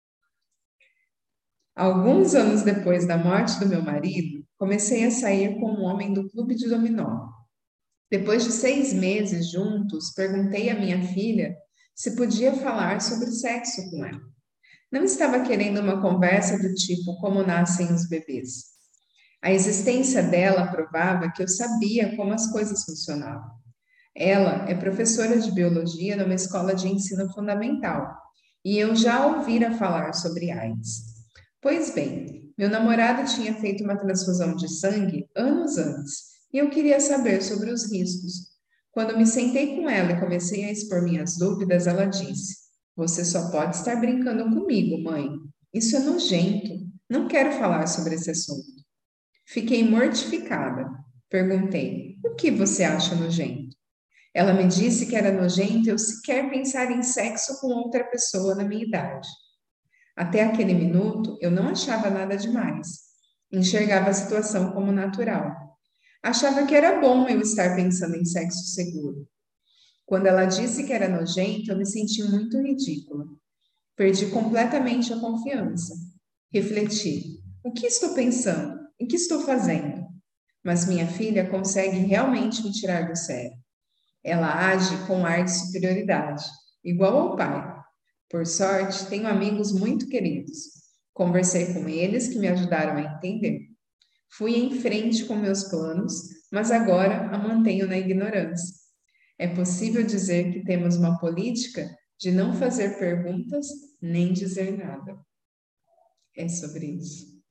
S2: Alguns anos depois da morte do meu marido, comecei a sair com um homem do clube de dominó. Depois de seis meses juntos, perguntei à minha filha se podia falar sobre sexo com ela. Não estava querendo uma conversa do tipo como nascem os bebês. A existência dela provava que eu sabia como as coisas funcionavam. Ela é professora de biologia numa escola de ensino fundamental e eu já ouvira falar sobre AIDS. Pois bem, meu namorado tinha feito uma transfusão de sangue anos antes e eu queria saber sobre os riscos. Quando me sentei com ela e comecei a expor minhas dúvidas, ela disse: Você só pode estar brincando comigo, mãe. Isso é nojento. Não quero falar sobre esse assunto. Fiquei mortificada. Perguntei: O que você acha nojento? Ela me disse que era nojento eu sequer pensar em sexo com outra pessoa na minha idade. Até aquele minuto, eu não achava nada demais. Enxergava a situação como natural. Achava que era bom eu estar pensando em sexo seguro. Quando ela disse que era nojento, eu me senti muito ridícula. Perdi completamente a confiança. Refleti: o que estou pensando? O que estou fazendo? Mas minha filha consegue realmente me tirar do sério. Ela age com ar de superioridade, igual ao pai. Por sorte, tenho amigos muito queridos. Conversei com eles que me ajudaram a entender. Fui em frente com meus planos, mas agora a mantenho na ignorância. É possível dizer que temos uma política de não fazer perguntas nem dizer nada. É sobre isso.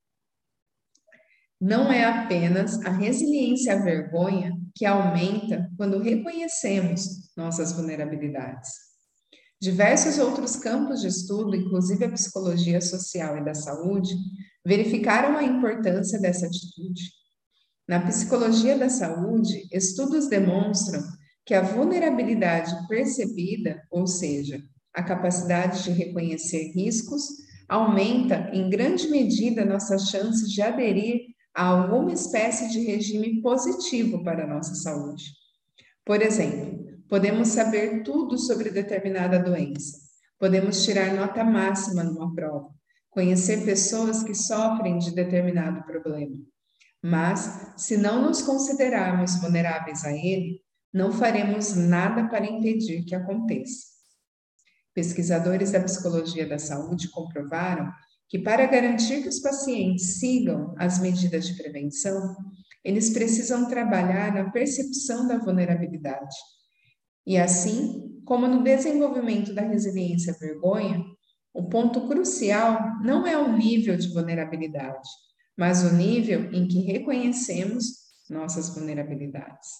S2: Não é apenas a resiliência à vergonha que aumenta quando reconhecemos nossas vulnerabilidades. Diversos outros campos de estudo, inclusive a psicologia social e da saúde, verificaram a importância dessa atitude. Na psicologia da saúde, estudos demonstram que a vulnerabilidade percebida, ou seja, a capacidade de reconhecer riscos, aumenta em grande medida nossas chances de aderir a alguma espécie de regime positivo para a nossa saúde. Por exemplo, podemos saber tudo sobre determinada doença, podemos tirar nota máxima numa prova, conhecer pessoas que sofrem de determinado problema. Mas, se não nos considerarmos vulneráveis a ele, não faremos nada para impedir que aconteça. Pesquisadores da psicologia da saúde comprovaram que, para garantir que os pacientes sigam as medidas de prevenção, eles precisam trabalhar na percepção da vulnerabilidade. E assim, como no desenvolvimento da resiliência à vergonha, o ponto crucial não é o nível de vulnerabilidade, mas o nível em que reconhecemos nossas vulnerabilidades.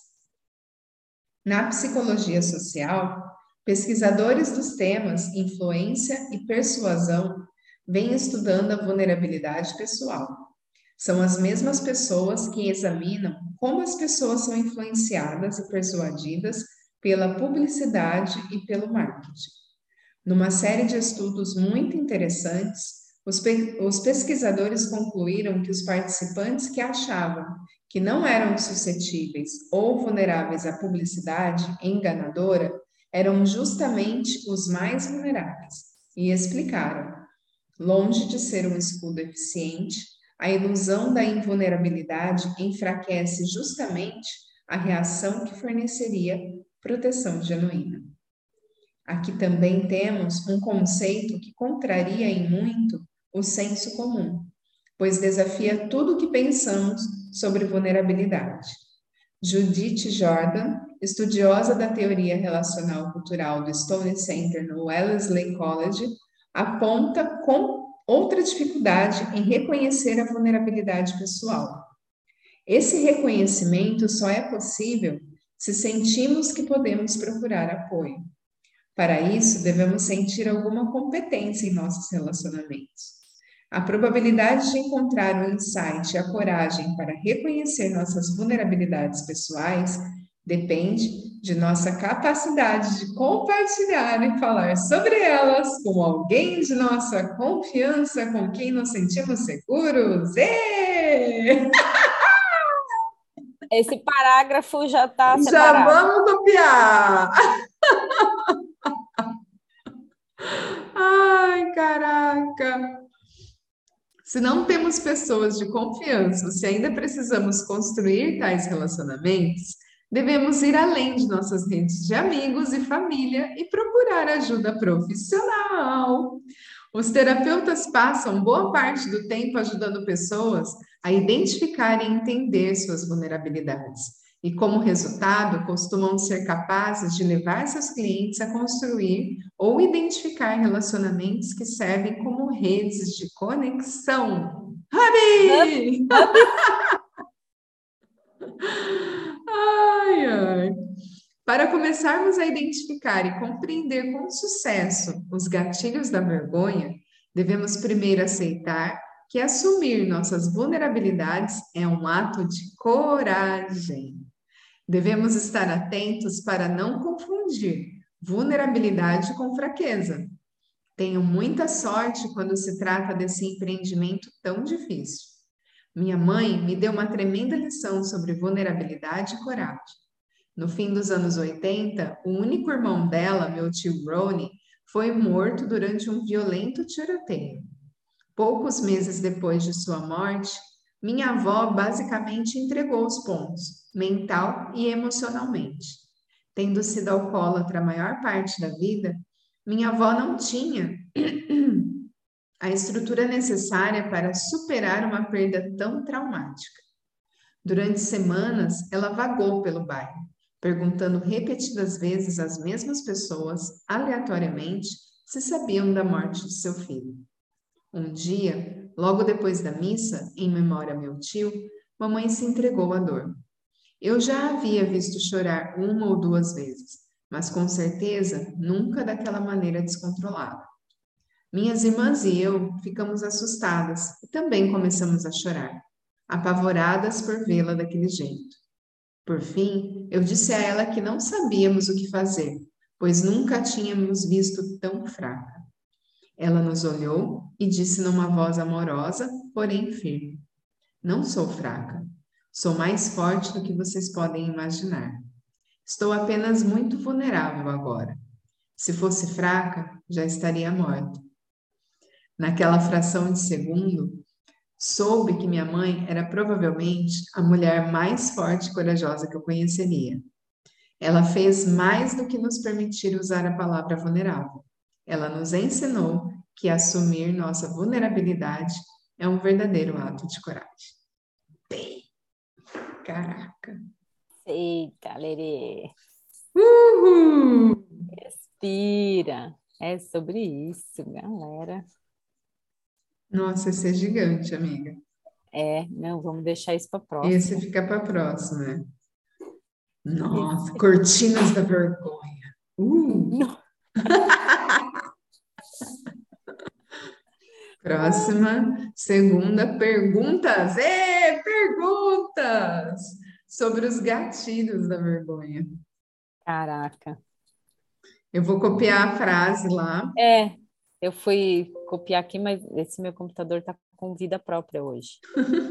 S2: Na psicologia social, pesquisadores dos temas influência e persuasão vêm estudando a vulnerabilidade pessoal. São as mesmas pessoas que examinam como as pessoas são influenciadas e persuadidas pela publicidade e pelo marketing. Numa série de estudos muito interessantes, os, pe os pesquisadores concluíram que os participantes que achavam que não eram suscetíveis ou vulneráveis à publicidade enganadora eram justamente os mais vulneráveis e explicaram: longe de ser um escudo eficiente, a ilusão da invulnerabilidade enfraquece justamente a reação que forneceria proteção genuína. Aqui também temos um conceito que contraria em muito o senso comum, pois desafia tudo o que pensamos sobre vulnerabilidade. Judith Jordan, estudiosa da teoria relacional cultural do Stone Center no Wellesley College, aponta com outra dificuldade em reconhecer a vulnerabilidade pessoal. Esse reconhecimento só é possível se sentimos que podemos procurar apoio. Para isso, devemos sentir alguma competência em nossos relacionamentos. A probabilidade de encontrar o insight e a coragem para reconhecer nossas vulnerabilidades pessoais depende de nossa capacidade de compartilhar e falar sobre elas com alguém de nossa confiança, com quem nos sentimos seguros. Ê!
S1: Esse parágrafo já está
S2: Já
S1: separado.
S2: vamos copiar! Ai, caraca! Se não temos pessoas de confiança, se ainda precisamos construir tais relacionamentos, devemos ir além de nossas redes de amigos e família e procurar ajuda profissional. Os terapeutas passam boa parte do tempo ajudando pessoas a identificar e entender suas vulnerabilidades. E, como resultado, costumam ser capazes de levar seus clientes a construir ou identificar relacionamentos que servem como redes de conexão. Rabi!
S1: Hub,
S2: Ai, ai. Para começarmos a identificar e compreender com sucesso os gatilhos da vergonha, devemos primeiro aceitar que assumir nossas vulnerabilidades é um ato de coragem. Devemos estar atentos para não confundir vulnerabilidade com fraqueza. Tenho muita sorte quando se trata desse empreendimento tão difícil. Minha mãe me deu uma tremenda lição sobre vulnerabilidade e coragem. No fim dos anos oitenta, o único irmão dela, meu tio Ronnie, foi morto durante um violento tiroteio. Poucos meses depois de sua morte, minha avó basicamente entregou os pontos, mental e emocionalmente. Tendo sido alcoólatra a maior parte da vida, minha avó não tinha a estrutura necessária para superar uma perda tão traumática. Durante semanas, ela vagou pelo bairro, perguntando repetidas vezes às mesmas pessoas, aleatoriamente, se sabiam da morte de seu filho. Um dia, logo depois da missa, em memória a meu tio, mamãe se entregou à dor. Eu já a havia visto chorar uma ou duas vezes, mas com certeza nunca daquela maneira descontrolada. Minhas irmãs e eu ficamos assustadas e também começamos a chorar, apavoradas por vê-la daquele jeito. Por fim, eu disse a ela que não sabíamos o que fazer, pois nunca a tínhamos visto tão fraca. Ela nos olhou e disse numa voz amorosa, porém firme: Não sou fraca. Sou mais forte do que vocês podem imaginar. Estou apenas muito vulnerável agora. Se fosse fraca, já estaria morta. Naquela fração de segundo, soube que minha mãe era provavelmente a mulher mais forte e corajosa que eu conheceria. Ela fez mais do que nos permitir usar a palavra vulnerável. Ela nos ensinou que assumir nossa vulnerabilidade é um verdadeiro ato de coragem. Bem, caraca.
S1: eita, Lerê.
S2: Uhul!
S1: Respira. É sobre isso, galera.
S2: Nossa, esse é gigante, amiga.
S1: É, não, vamos deixar isso para
S2: Esse
S1: próxima.
S2: fica para próxima. Né? Nossa,
S1: Esse...
S2: cortinas da vergonha. Uh! Próxima, segunda, perguntas. Ê, perguntas sobre os gatilhos da vergonha.
S1: Caraca.
S2: Eu vou copiar a frase lá.
S1: É, eu fui copiar aqui, mas esse meu computador tá com vida própria hoje.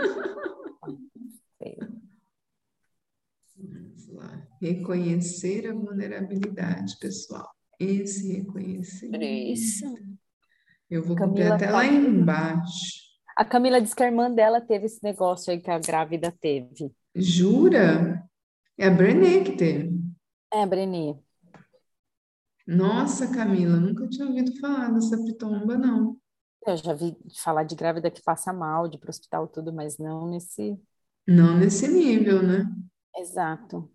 S2: Vamos lá. Reconhecer a vulnerabilidade, pessoal. Esse reconhecimento.
S1: Isso.
S2: Eu vou copiar
S1: Camila
S2: até lá
S1: tá...
S2: embaixo.
S1: A Camila disse que a irmã dela teve esse negócio aí que a grávida teve.
S2: Jura? É a Brené que teve.
S1: É, Breni.
S2: Nossa, Camila, nunca tinha ouvido falar dessa pitomba, não.
S1: Eu já vi falar de grávida que passa mal, de ir pro hospital, tudo, mas não nesse.
S2: Não nesse nível, né?
S1: Exato.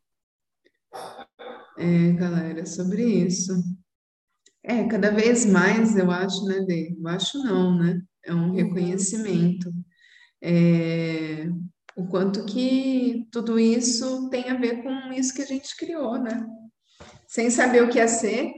S2: É, galera, sobre isso. É, cada vez mais eu acho, né, Dê? Eu acho não, né? É um
S1: Uhum.
S2: reconhecimento. É, o quanto que tudo isso tem a ver com isso que a gente criou, né? Sem saber o que é ser.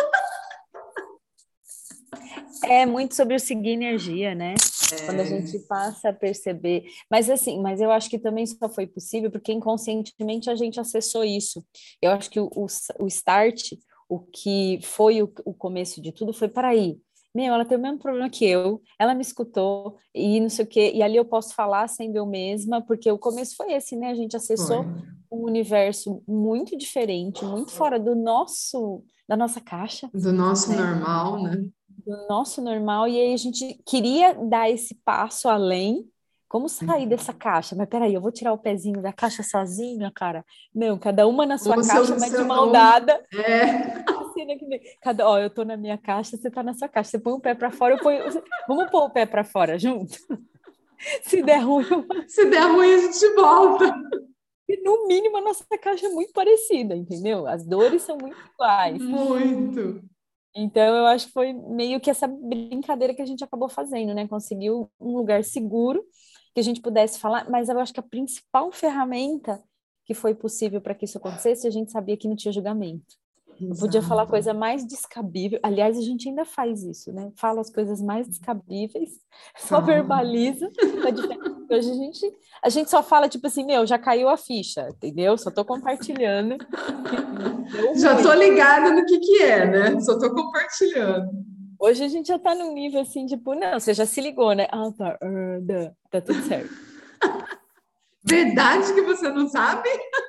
S1: É muito sobre o seguir energia, né? Quando a gente passa a perceber. Mas assim, mas eu acho que também só foi possível porque inconscientemente a gente acessou isso. Eu acho que o, o, o start, o que foi o, o começo de tudo, foi para aí. Meu, ela tem o mesmo problema que eu, ela me escutou e não sei o quê, e ali eu posso falar sendo eu mesma, porque o começo foi esse, né? A gente
S2: Foi.
S1: acessou um universo muito diferente, muito fora do nosso, da nossa caixa,
S2: Do nosso
S1: né?
S2: normal, né?
S1: Do nosso normal, e aí a gente queria dar esse passo além. Como sair dessa caixa? Mas peraí, eu vou tirar o pezinho da caixa sozinha, cara? Não, cada uma na
S2: Ou
S1: sua
S2: o seu,
S1: caixa,
S2: o
S1: mas de
S2: seu,
S1: mão
S2: ou,
S1: dada.
S2: é,
S1: Assim, né, que nem- Cada, ó, eu tô na minha caixa, você tá na sua caixa. Você põe o pé pra fora, eu ponho. Vamos pôr o pé pra fora junto? Se der ruim, eu-
S2: se der ruim, a gente volta.
S1: no mínimo a nossa caixa é muito parecida, entendeu? As dores são muito iguais.
S2: Muito.
S1: Então, eu acho que foi meio que essa brincadeira que a gente acabou fazendo, né? Conseguiu um lugar seguro que a gente pudesse falar, mas eu acho que a principal ferramenta que foi possível para que isso acontecesse, a gente sabia que não tinha julgamento. Eu podia falar a
S2: Exato.
S1: coisa mais descabível, aliás, a gente ainda faz isso, né? Fala as coisas mais descabíveis, só
S2: Fala.
S1: verbaliza. A diferença é que hoje a gente, a gente só fala, tipo assim, meu, já caiu a ficha, entendeu? Só tô compartilhando que deu
S2: Já tô
S1: ruim.
S2: ligada no que que é, né? Só tô compartilhando.
S1: Hoje a gente já tá num nível assim, tipo, não, você já se ligou, né? Ah, tá, ah, dá, tá tudo certo.
S2: Verdade que você não sabe?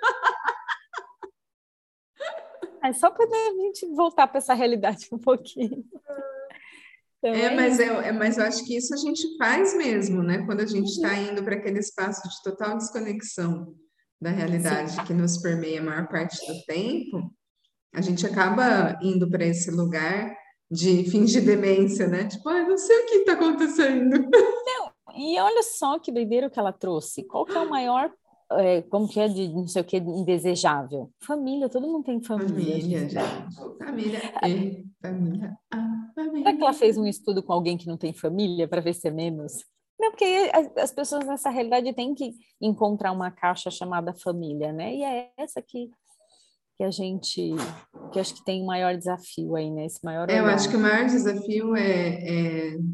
S1: É só para a gente voltar para essa realidade um pouquinho. Então
S2: É,
S1: é
S2: mas, é,
S1: isso.
S2: é, mas eu acho que isso a gente faz mesmo, né? Quando a gente está indo para aquele espaço de total desconexão da
S1: Sim.
S2: realidade que nos permeia a maior parte do tempo, a gente acaba indo para esse lugar de fingir demência, né? Tipo, ai, não sei o que está acontecendo.
S1: E olha só que doideira que ela trouxe. Qual que é o maior, é, como que é de não sei o que, indesejável? Família, todo mundo tem família,
S2: Família,
S1: gente.
S2: gente. Família e família. A
S1: Será que ela
S2: família.
S1: fez um estudo com alguém que não tem família para ver se é menos? Não, porque as, as pessoas nessa realidade têm que encontrar uma caixa chamada família, né? E é essa que, que a gente, que acho que tem o maior desafio aí, né? Esse maior
S2: É, eu acho que
S1: olhar.
S2: o maior desafio é, é,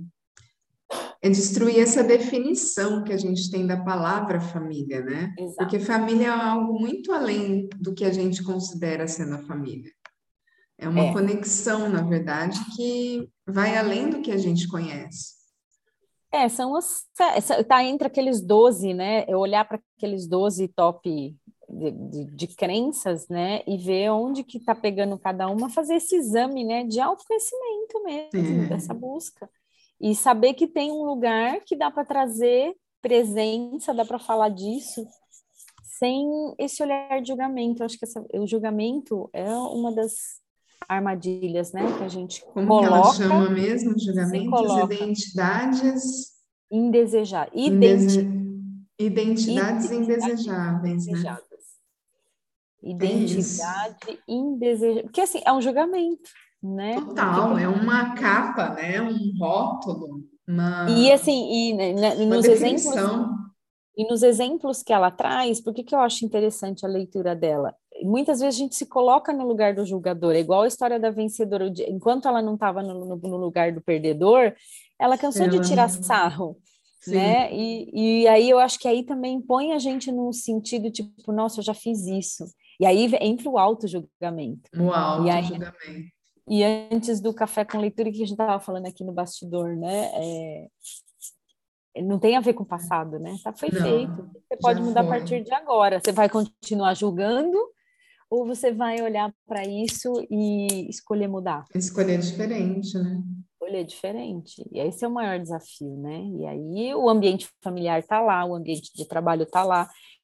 S2: é destruir essa definição que a gente tem da palavra família, né? Porque
S1: Exato.
S2: família é algo muito além do que a gente considera sendo a família. É uma
S1: É.
S2: conexão, na verdade, que vai além do que a gente conhece.
S1: É, são as, essa, tá entre aqueles doze, né? Eu olhar para aqueles doze top de, de, de crenças, né? E ver onde que tá pegando cada uma, fazer esse exame, né? De autoconhecimento mesmo,
S2: É,
S1: dessa busca. E saber que tem um lugar que dá para trazer presença, dá para falar disso, sem esse olhar de julgamento. Eu acho que essa, o julgamento é uma das armadilhas, né? Que a gente
S2: como que ela
S1: coloca,
S2: chama mesmo,
S1: se
S2: julgamentos,
S1: coloca,
S2: identidades,
S1: indesejar,
S2: indese...
S1: identi
S2: identidades
S1: identidades
S2: indesejáveis, né?
S1: indesejadas.
S2: É isso.
S1: Identidade indesejável. Porque, assim, é um julgamento, né? O que que
S2: Total,
S1: eu...
S2: é uma capa, né? Um rótulo,
S1: E,
S2: uma,
S1: assim, e, né, né,
S2: uma
S1: nos exemplos,
S2: definição.
S1: e nos exemplos que ela traz, por que que eu acho interessante a leitura dela? Muitas vezes a gente se coloca no lugar do julgador, é igual a história da vencedora. Enquanto ela não estava no, no, no lugar do perdedor, ela cansou de
S2: Ela,
S1: tirar sarro,
S2: sim,
S1: né? E, e aí eu acho que aí também põe a gente num sentido tipo, nossa, eu já fiz isso. E aí entra o auto-julgamento.
S2: o
S1: E aí,
S2: auto-julgamento.
S1: e antes do café com leitura que a gente estava falando aqui no bastidor, né? É, não tem a ver com o passado, né? Tá, foi feito.
S2: Não,
S1: Você
S2: já
S1: pode mudar a
S2: foi.
S1: partir de agora. Você vai continuar julgando ou você vai olhar para isso e escolher mudar?
S2: Escolher diferente, né?
S1: Escolher diferente. E esse é o maior desafio, né? E aí o ambiente familiar tá lá, o ambiente de trabalho tá lá.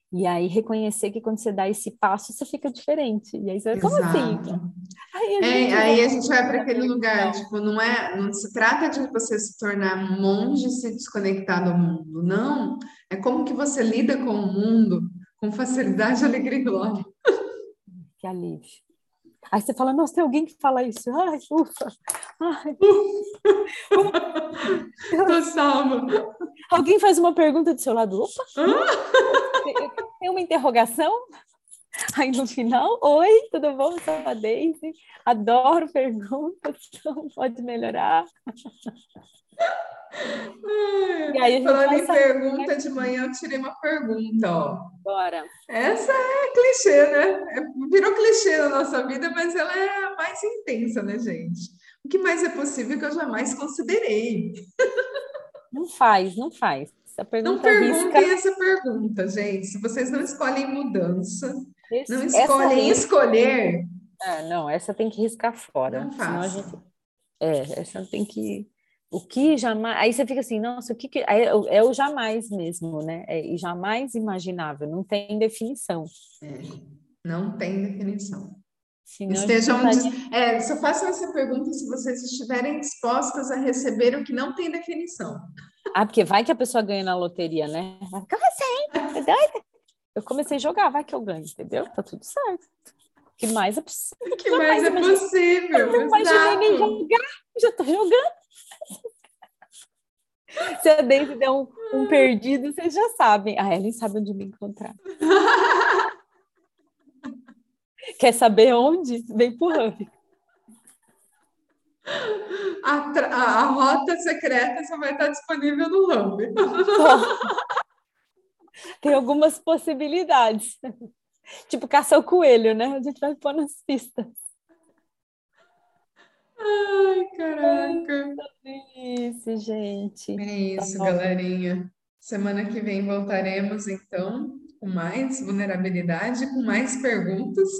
S1: E aí reconhecer que quando você dá esse passo, você fica diferente. E aí você vai, como assim?
S2: Exato.
S1: Aí a
S2: É,
S1: gente
S2: aí a
S1: volta
S2: gente vai para
S1: na
S2: aquele lugar,
S1: permissão.
S2: tipo, não é, não se trata de você se tornar monge e se desconectar do mundo, não. É como que você lida com o mundo com facilidade, alegria e glória.
S1: Que alívio. Aí você fala, nossa, tem alguém que fala isso. Ai, ufa. Ai,
S2: Tô
S1: Deus.
S2: salva.
S1: Alguém faz uma pergunta do seu lado. Opa, hum? Tem uma interrogação? Aí no final, oi, tudo bom? Eu sou a Daisy. Adoro perguntas, então pode melhorar. E aí a gente
S2: Falando
S1: vai
S2: em
S1: saindo, né?
S2: pergunta, de manhã eu tirei uma pergunta, ó.
S1: Bora.
S2: Essa é clichê, né? É- virou clichê na nossa vida, mas ela é a mais intensa, né, gente? O que mais é possível que eu jamais considerei?
S1: Não faz, não faz. Essa
S2: Não
S1: pergunta risca.
S2: perguntem essa pergunta, gente. Se vocês não escolhem mudança, não
S1: Essa
S2: escolhem
S1: risca.
S2: escolher,
S1: Ah, não, essa tem que riscar
S2: não
S1: fora. Senão a gente.
S2: façam.
S1: É, essa tem que. O que jamais. Aí você fica assim, nossa, o que que. Aí É o é o jamais mesmo, né? É, e jamais imaginável, não tem definição.
S2: Não tem definição.
S1: Senão a gente
S2: Estejam,
S1: estaria.
S2: dis- é, só façam essa pergunta se vocês estiverem dispostas a receber o que não tem definição.
S1: Ah, porque vai que a pessoa ganha na loteria, né? Vai ficar assim, tá doida? Eu comecei a jogar, vai que eu ganho, entendeu? Tá tudo certo. O que mais é possível?
S2: O que mais
S1: Jamais
S2: é
S1: imaginei. Eu
S2: possível?
S1: não imaginei nem
S2: Exato.
S1: jogar, já tô jogando. Se a Daisy der um, um perdido, vocês já sabem. A Ellen sabe onde me encontrar. Quer saber onde? Vem pro Hub.
S2: A, tra- a- a rota secreta só vai estar disponível no Hub.
S1: Só. Tem algumas possibilidades. Tipo, caça o coelho, né? A gente vai pôr nas pistas.
S2: Ai, caraca.
S1: Isso, gente.
S2: É
S1: Tá
S2: isso,
S1: bom.
S2: galerinha. Semana que vem voltaremos, então, com mais vulnerabilidade, com mais perguntas,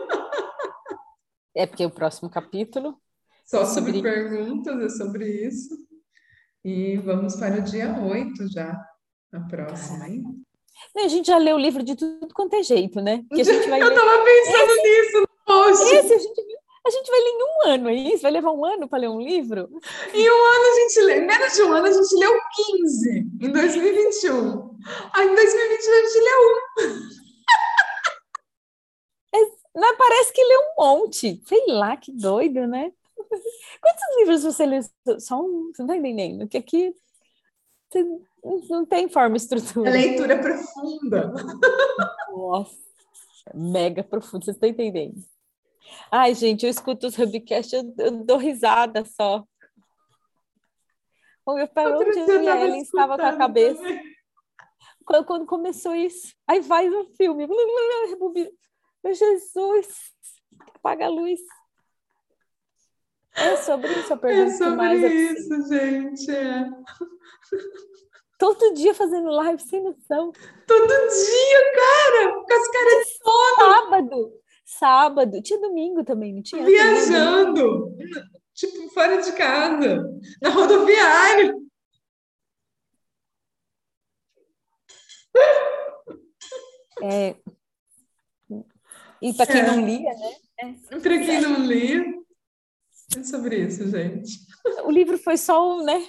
S1: É porque o próximo capítulo
S2: só
S1: é
S2: sobre
S1: sobre.
S2: perguntas, é sobre isso. E vamos para o dia oito já, a próxima,
S1: Caraca.
S2: hein?
S1: A gente já leu o livro de tudo quanto é jeito, né? Que a gente vai
S2: Eu
S1: ler.
S2: tava pensando
S1: Esse,
S2: nisso no post.
S1: esse a gente, a gente vai ler em um ano, é isso? Vai levar um ano para ler um livro?
S2: Em um ano a gente leu, em menos de um ano a gente leu quinze em dois mil e vinte e um. Aí em dois mil e vinte e dois a gente leu um.
S1: Mas parece que leu um monte. Sei lá, que doido, né? Quantos livros você leu? Só um, você não tá entendendo? Porque aqui você não tem forma e
S2: É
S1: estrutura.
S2: leitura profunda.
S1: Nossa, mega profundo, vocês estão entendendo? Ai, gente, eu escuto os Hubcast, eu, eu dou risada só. Para
S2: Outro
S1: onde
S2: dia
S1: eu
S2: eu
S1: e a
S2: tava
S1: Ellen estava com a
S2: escutando
S1: cabeça
S2: também.
S1: quando, quando começou isso. Aí vai o filme. Meu Jesus, apaga a luz. É sobre isso, eu
S2: É
S1: pergunto o que
S2: sobre
S1: mais é possível.
S2: isso, gente. É.
S1: Todo dia fazendo live sem noção.
S2: Todo dia, cara, com as caras
S1: De
S2: de sono,
S1: sábado. Sábado. Tinha domingo também, não tinha? Assim, né? Domingo.
S2: viajando, tipo, fora de casa, na rodoviária.
S1: É, e para quem não
S2: É,
S1: lia, né? É,
S2: pra quem
S1: sério.
S2: não lia, é sobre isso, gente.
S1: O livro foi só o, né?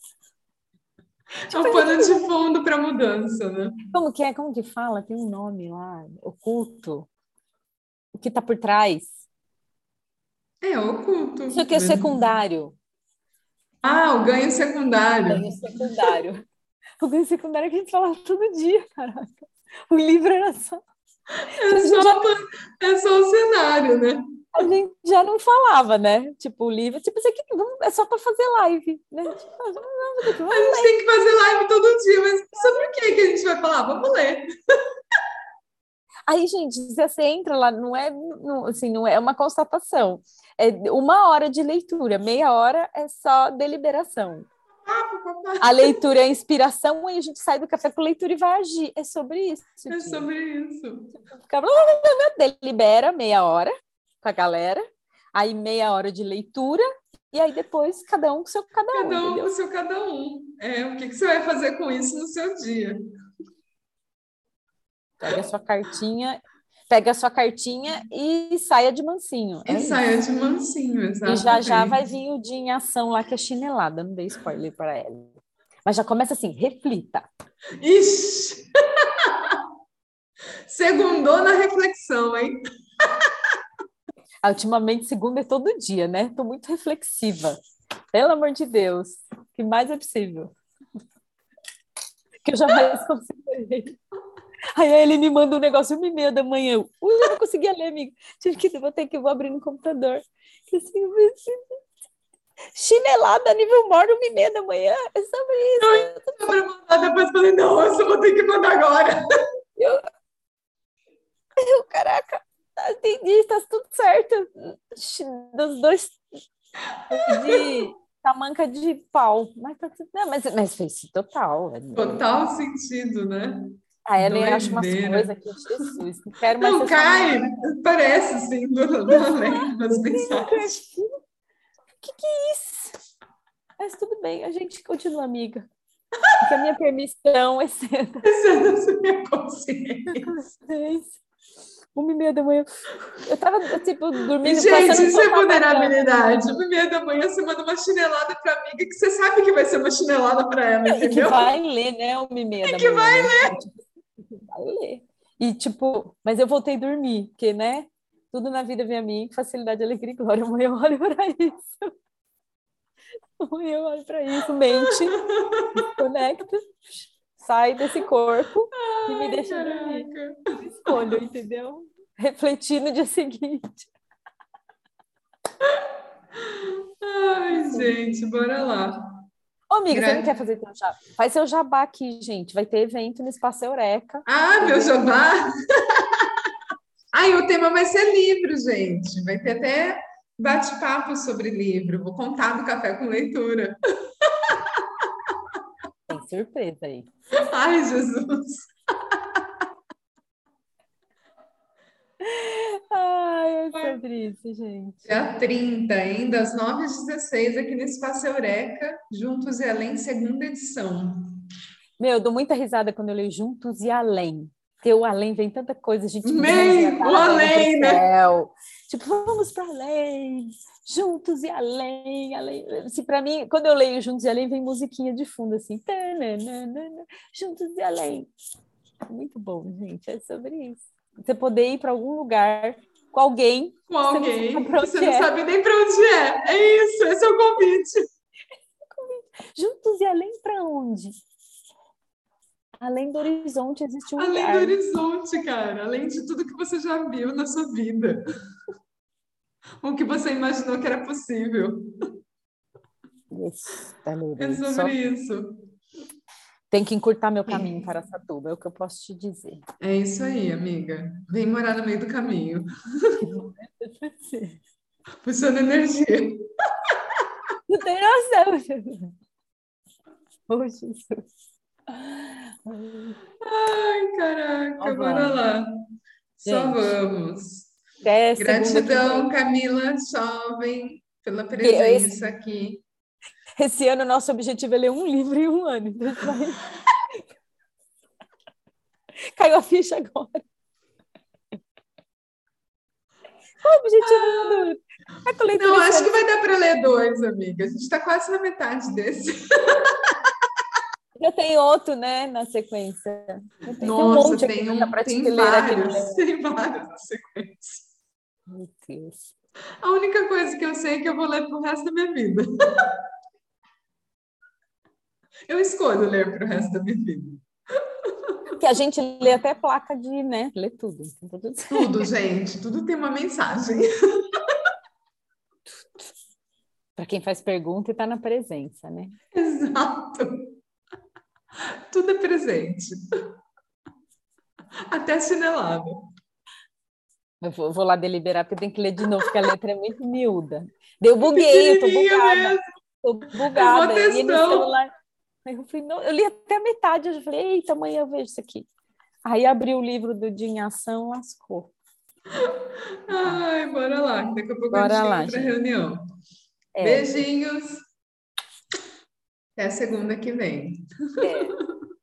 S2: É
S1: Tipo,
S2: o
S1: é
S2: pano
S1: aquele
S2: de
S1: livro.
S2: fundo pra mudança, né?
S1: Como que é? Como que fala? Tem um nome lá, oculto. O que está por trás?
S2: É oculto.
S1: Isso aqui é secundário.
S2: Ah, o ganho secundário.
S1: Ganho secundário. O ganho secundário é que a gente falava todo dia, caraca. O livro era só.
S2: É
S1: A
S2: só,
S1: gente já,
S2: é só o cenário, né?
S1: a gente já não falava, né? Tipo, o livro, tipo, isso aqui não- é só para fazer live, né? Tipo, ah, não, vamos
S2: A gente
S1: ler.
S2: tem que fazer live todo dia, mas sobre o que que a gente vai falar? Vamos ler.
S1: Aí, gente, se você entra lá, não é, não, assim, não é uma constatação. É uma hora de leitura, meia hora é só deliberação. A leitura é a inspiração e a gente sai do café com leitura e vai agir. É sobre isso,
S2: É
S1: tia.
S2: sobre isso.
S1: Fica, delibera meia hora com a galera, aí meia hora de leitura, e aí depois cada um com seu cada um,
S2: Cada um com
S1: entendeu?
S2: o seu cada um. É, o que que você vai fazer com isso no seu dia?
S1: Pega a sua cartinha, pega a sua cartinha e saia de mansinho. É
S2: E saia
S1: isso.
S2: de mansinho,
S1: E já já vai
S2: exatamente.
S1: vir o dia em ação lá, que é chinelada. Não dei spoiler para ela. Mas já começa assim, reflita.
S2: Ixi! Segundou na reflexão, hein?
S1: Ah, ultimamente, segunda é todo dia, né? Tô muito reflexiva. Pelo amor de Deus. O que mais é possível? Que eu jamais considerei. Aí ele me manda um negócio uma e meia da manhã. Eu, ui, eu não conseguia ler, amigo. Tive que, vou ter que vou abrir no computador. Que assim, eu pensei, chinelada nível maior, uma e meia da manhã. É sobre isso.
S2: Só pra mandar, depois falei, não, eu só vou ter que mandar agora.
S1: Eu, eu caraca, entendi, tá tudo certo. Dos dois, de tamanca de pau. Mas, tá tudo, não, mas, mas fez total.
S2: Total sentido, né?
S1: Aí ele acha umas
S2: Doideira.
S1: coisas que, Jesus, não quero mais
S2: Não,
S1: ser sua amiga.
S2: cai, parece assim, do, do além das
S1: Eu vi no
S2: mensagens.
S1: perfil. O que, que é isso? Mas tudo bem, a gente continua amiga. Porque a minha permissão é cedo.
S2: Essa é da minha consciência.
S1: Uma e meia da manhã. Eu tava, tipo,
S2: E,
S1: dormindo,
S2: gente,
S1: passando
S2: isso é
S1: pano na cama.
S2: vulnerabilidade. Uma e meia da manhã você manda uma chinelada pra amiga que você sabe que vai ser uma chinelada pra ela,
S1: E que
S2: entendeu?
S1: vai ler, né? Uma e meia
S2: E
S1: da
S2: que
S1: manhã,
S2: vai.
S1: né? Tipo, vai ler. E, tipo, mas eu voltei a dormir, porque, né? Tudo na vida vem a mim, facilidade, alegria e glória. Amanhã eu olho para isso. Amanhã eu olho para isso, mente, desconecta, sai desse corpo e me
S2: Ai,
S1: deixa dormir.
S2: caraca.
S1: Escolho, entendeu? Refletir no dia seguinte.
S2: Ai, gente, bora lá.
S1: Ô, amiga, você não quer
S2: Gra...
S1: fazer teu jabá? Faz seu jabá aqui, gente. Vai ter evento no Espaço Eureka.
S2: Ah, meu
S1: Evento.
S2: jabá! Ai, o tema vai ser livro, gente. Vai ter até bate-papo sobre livro. Vou contar do café com leitura.
S1: Tem surpresa aí.
S2: Ai, Jesus.
S1: Ai, é sobre isso, gente.
S2: Dia trinta, ainda às nove e dezesseis aqui no Espaço Eureka, Juntos e Além, segunda edição.
S1: Meu, eu dou muita risada quando eu leio Juntos e Além. Porque o além vem tanta coisa, a gente vê mãozinha
S2: Amém! O
S1: dada indo para o
S2: além, né?
S1: céu. Tipo, vamos para além, juntos e além, além. Assim, para mim, quando eu leio Juntos e Além, vem musiquinha de fundo, assim. Tananana, Juntos e Além. Muito bom, gente. É sobre isso. Você poder ir para algum lugar com alguém
S2: Com
S1: que você não sabe
S2: alguém
S1: para
S2: que você
S1: onde
S2: não
S1: é.
S2: sabe nem para onde é. É isso, esse é o convite.
S1: Juntos e Além para onde? Além do horizonte existe um
S2: Além do
S1: lugar.
S2: horizonte, cara. Além de tudo que você já viu na sua vida. O que você imaginou que era possível.
S1: Esse, tá lindo
S2: É
S1: aí.
S2: sobre
S1: Só
S2: isso.
S1: tem que encurtar meu caminho para Satuba, é o que eu posso te dizer.
S2: É isso aí, amiga. Vem morar no meio do caminho. Puxando energia.
S1: Não tem noção. Oh, Jesus.
S2: Ai, caraca,
S1: Então
S2: bora
S1: vamos.
S2: lá. Só
S1: Gente,
S2: vamos.
S1: até segunda que
S2: Gratidão,
S1: vem.
S2: Camila Jovem, pela
S1: Que esse,
S2: presença aqui.
S1: esse ano nosso objetivo é ler um livro em um ano. Então a gente vai... Caiu a ficha agora. Qual o objetivo maduro? É com leitura
S2: Não,
S1: esse
S2: acho
S1: ano.
S2: que vai dar para ler dois, amiga. A gente está quase na metade desse.
S1: Já tem outro, né, na sequência. Tem, tem um
S2: Nossa,
S1: monte aqui
S2: tem
S1: nessa
S2: um, tem
S1: prateleira aqui no
S2: vários,
S1: meio.
S2: tem vários na sequência.
S1: Meu Deus.
S2: A única coisa que eu sei é que eu vou ler pro resto da minha vida. Eu escolho ler pro resto da minha vida.
S1: Que a gente lê até placa de, né, lê tudo. Então, tá tudo certo.
S2: Tudo, gente, tudo tem uma mensagem.
S1: Para quem faz pergunta e está na presença, né?
S2: Exato. Tudo é presente. Até chinelada.
S1: Eu vou, vou lá deliberar, porque eu tenho que ler de novo, porque a letra é muito miúda. Deu buguei, eu tô
S2: Pequenininha
S1: bugada.
S2: mesmo.
S1: Tô
S2: É mó
S1: bugada. E no
S2: textão.
S1: celular. Aí eu, falei, não, eu li até a metade, eu já falei, eita, amanhã eu vejo isso aqui. Aí abri o livro do Dia em Ação, lascou.
S2: Ai, bora lá. Daqui a pouco a gente
S1: Bora
S2: tem
S1: lá,
S2: outra
S1: gente.
S2: reunião.
S1: É,
S2: Beijinhos. Até a segunda que vem.
S1: é.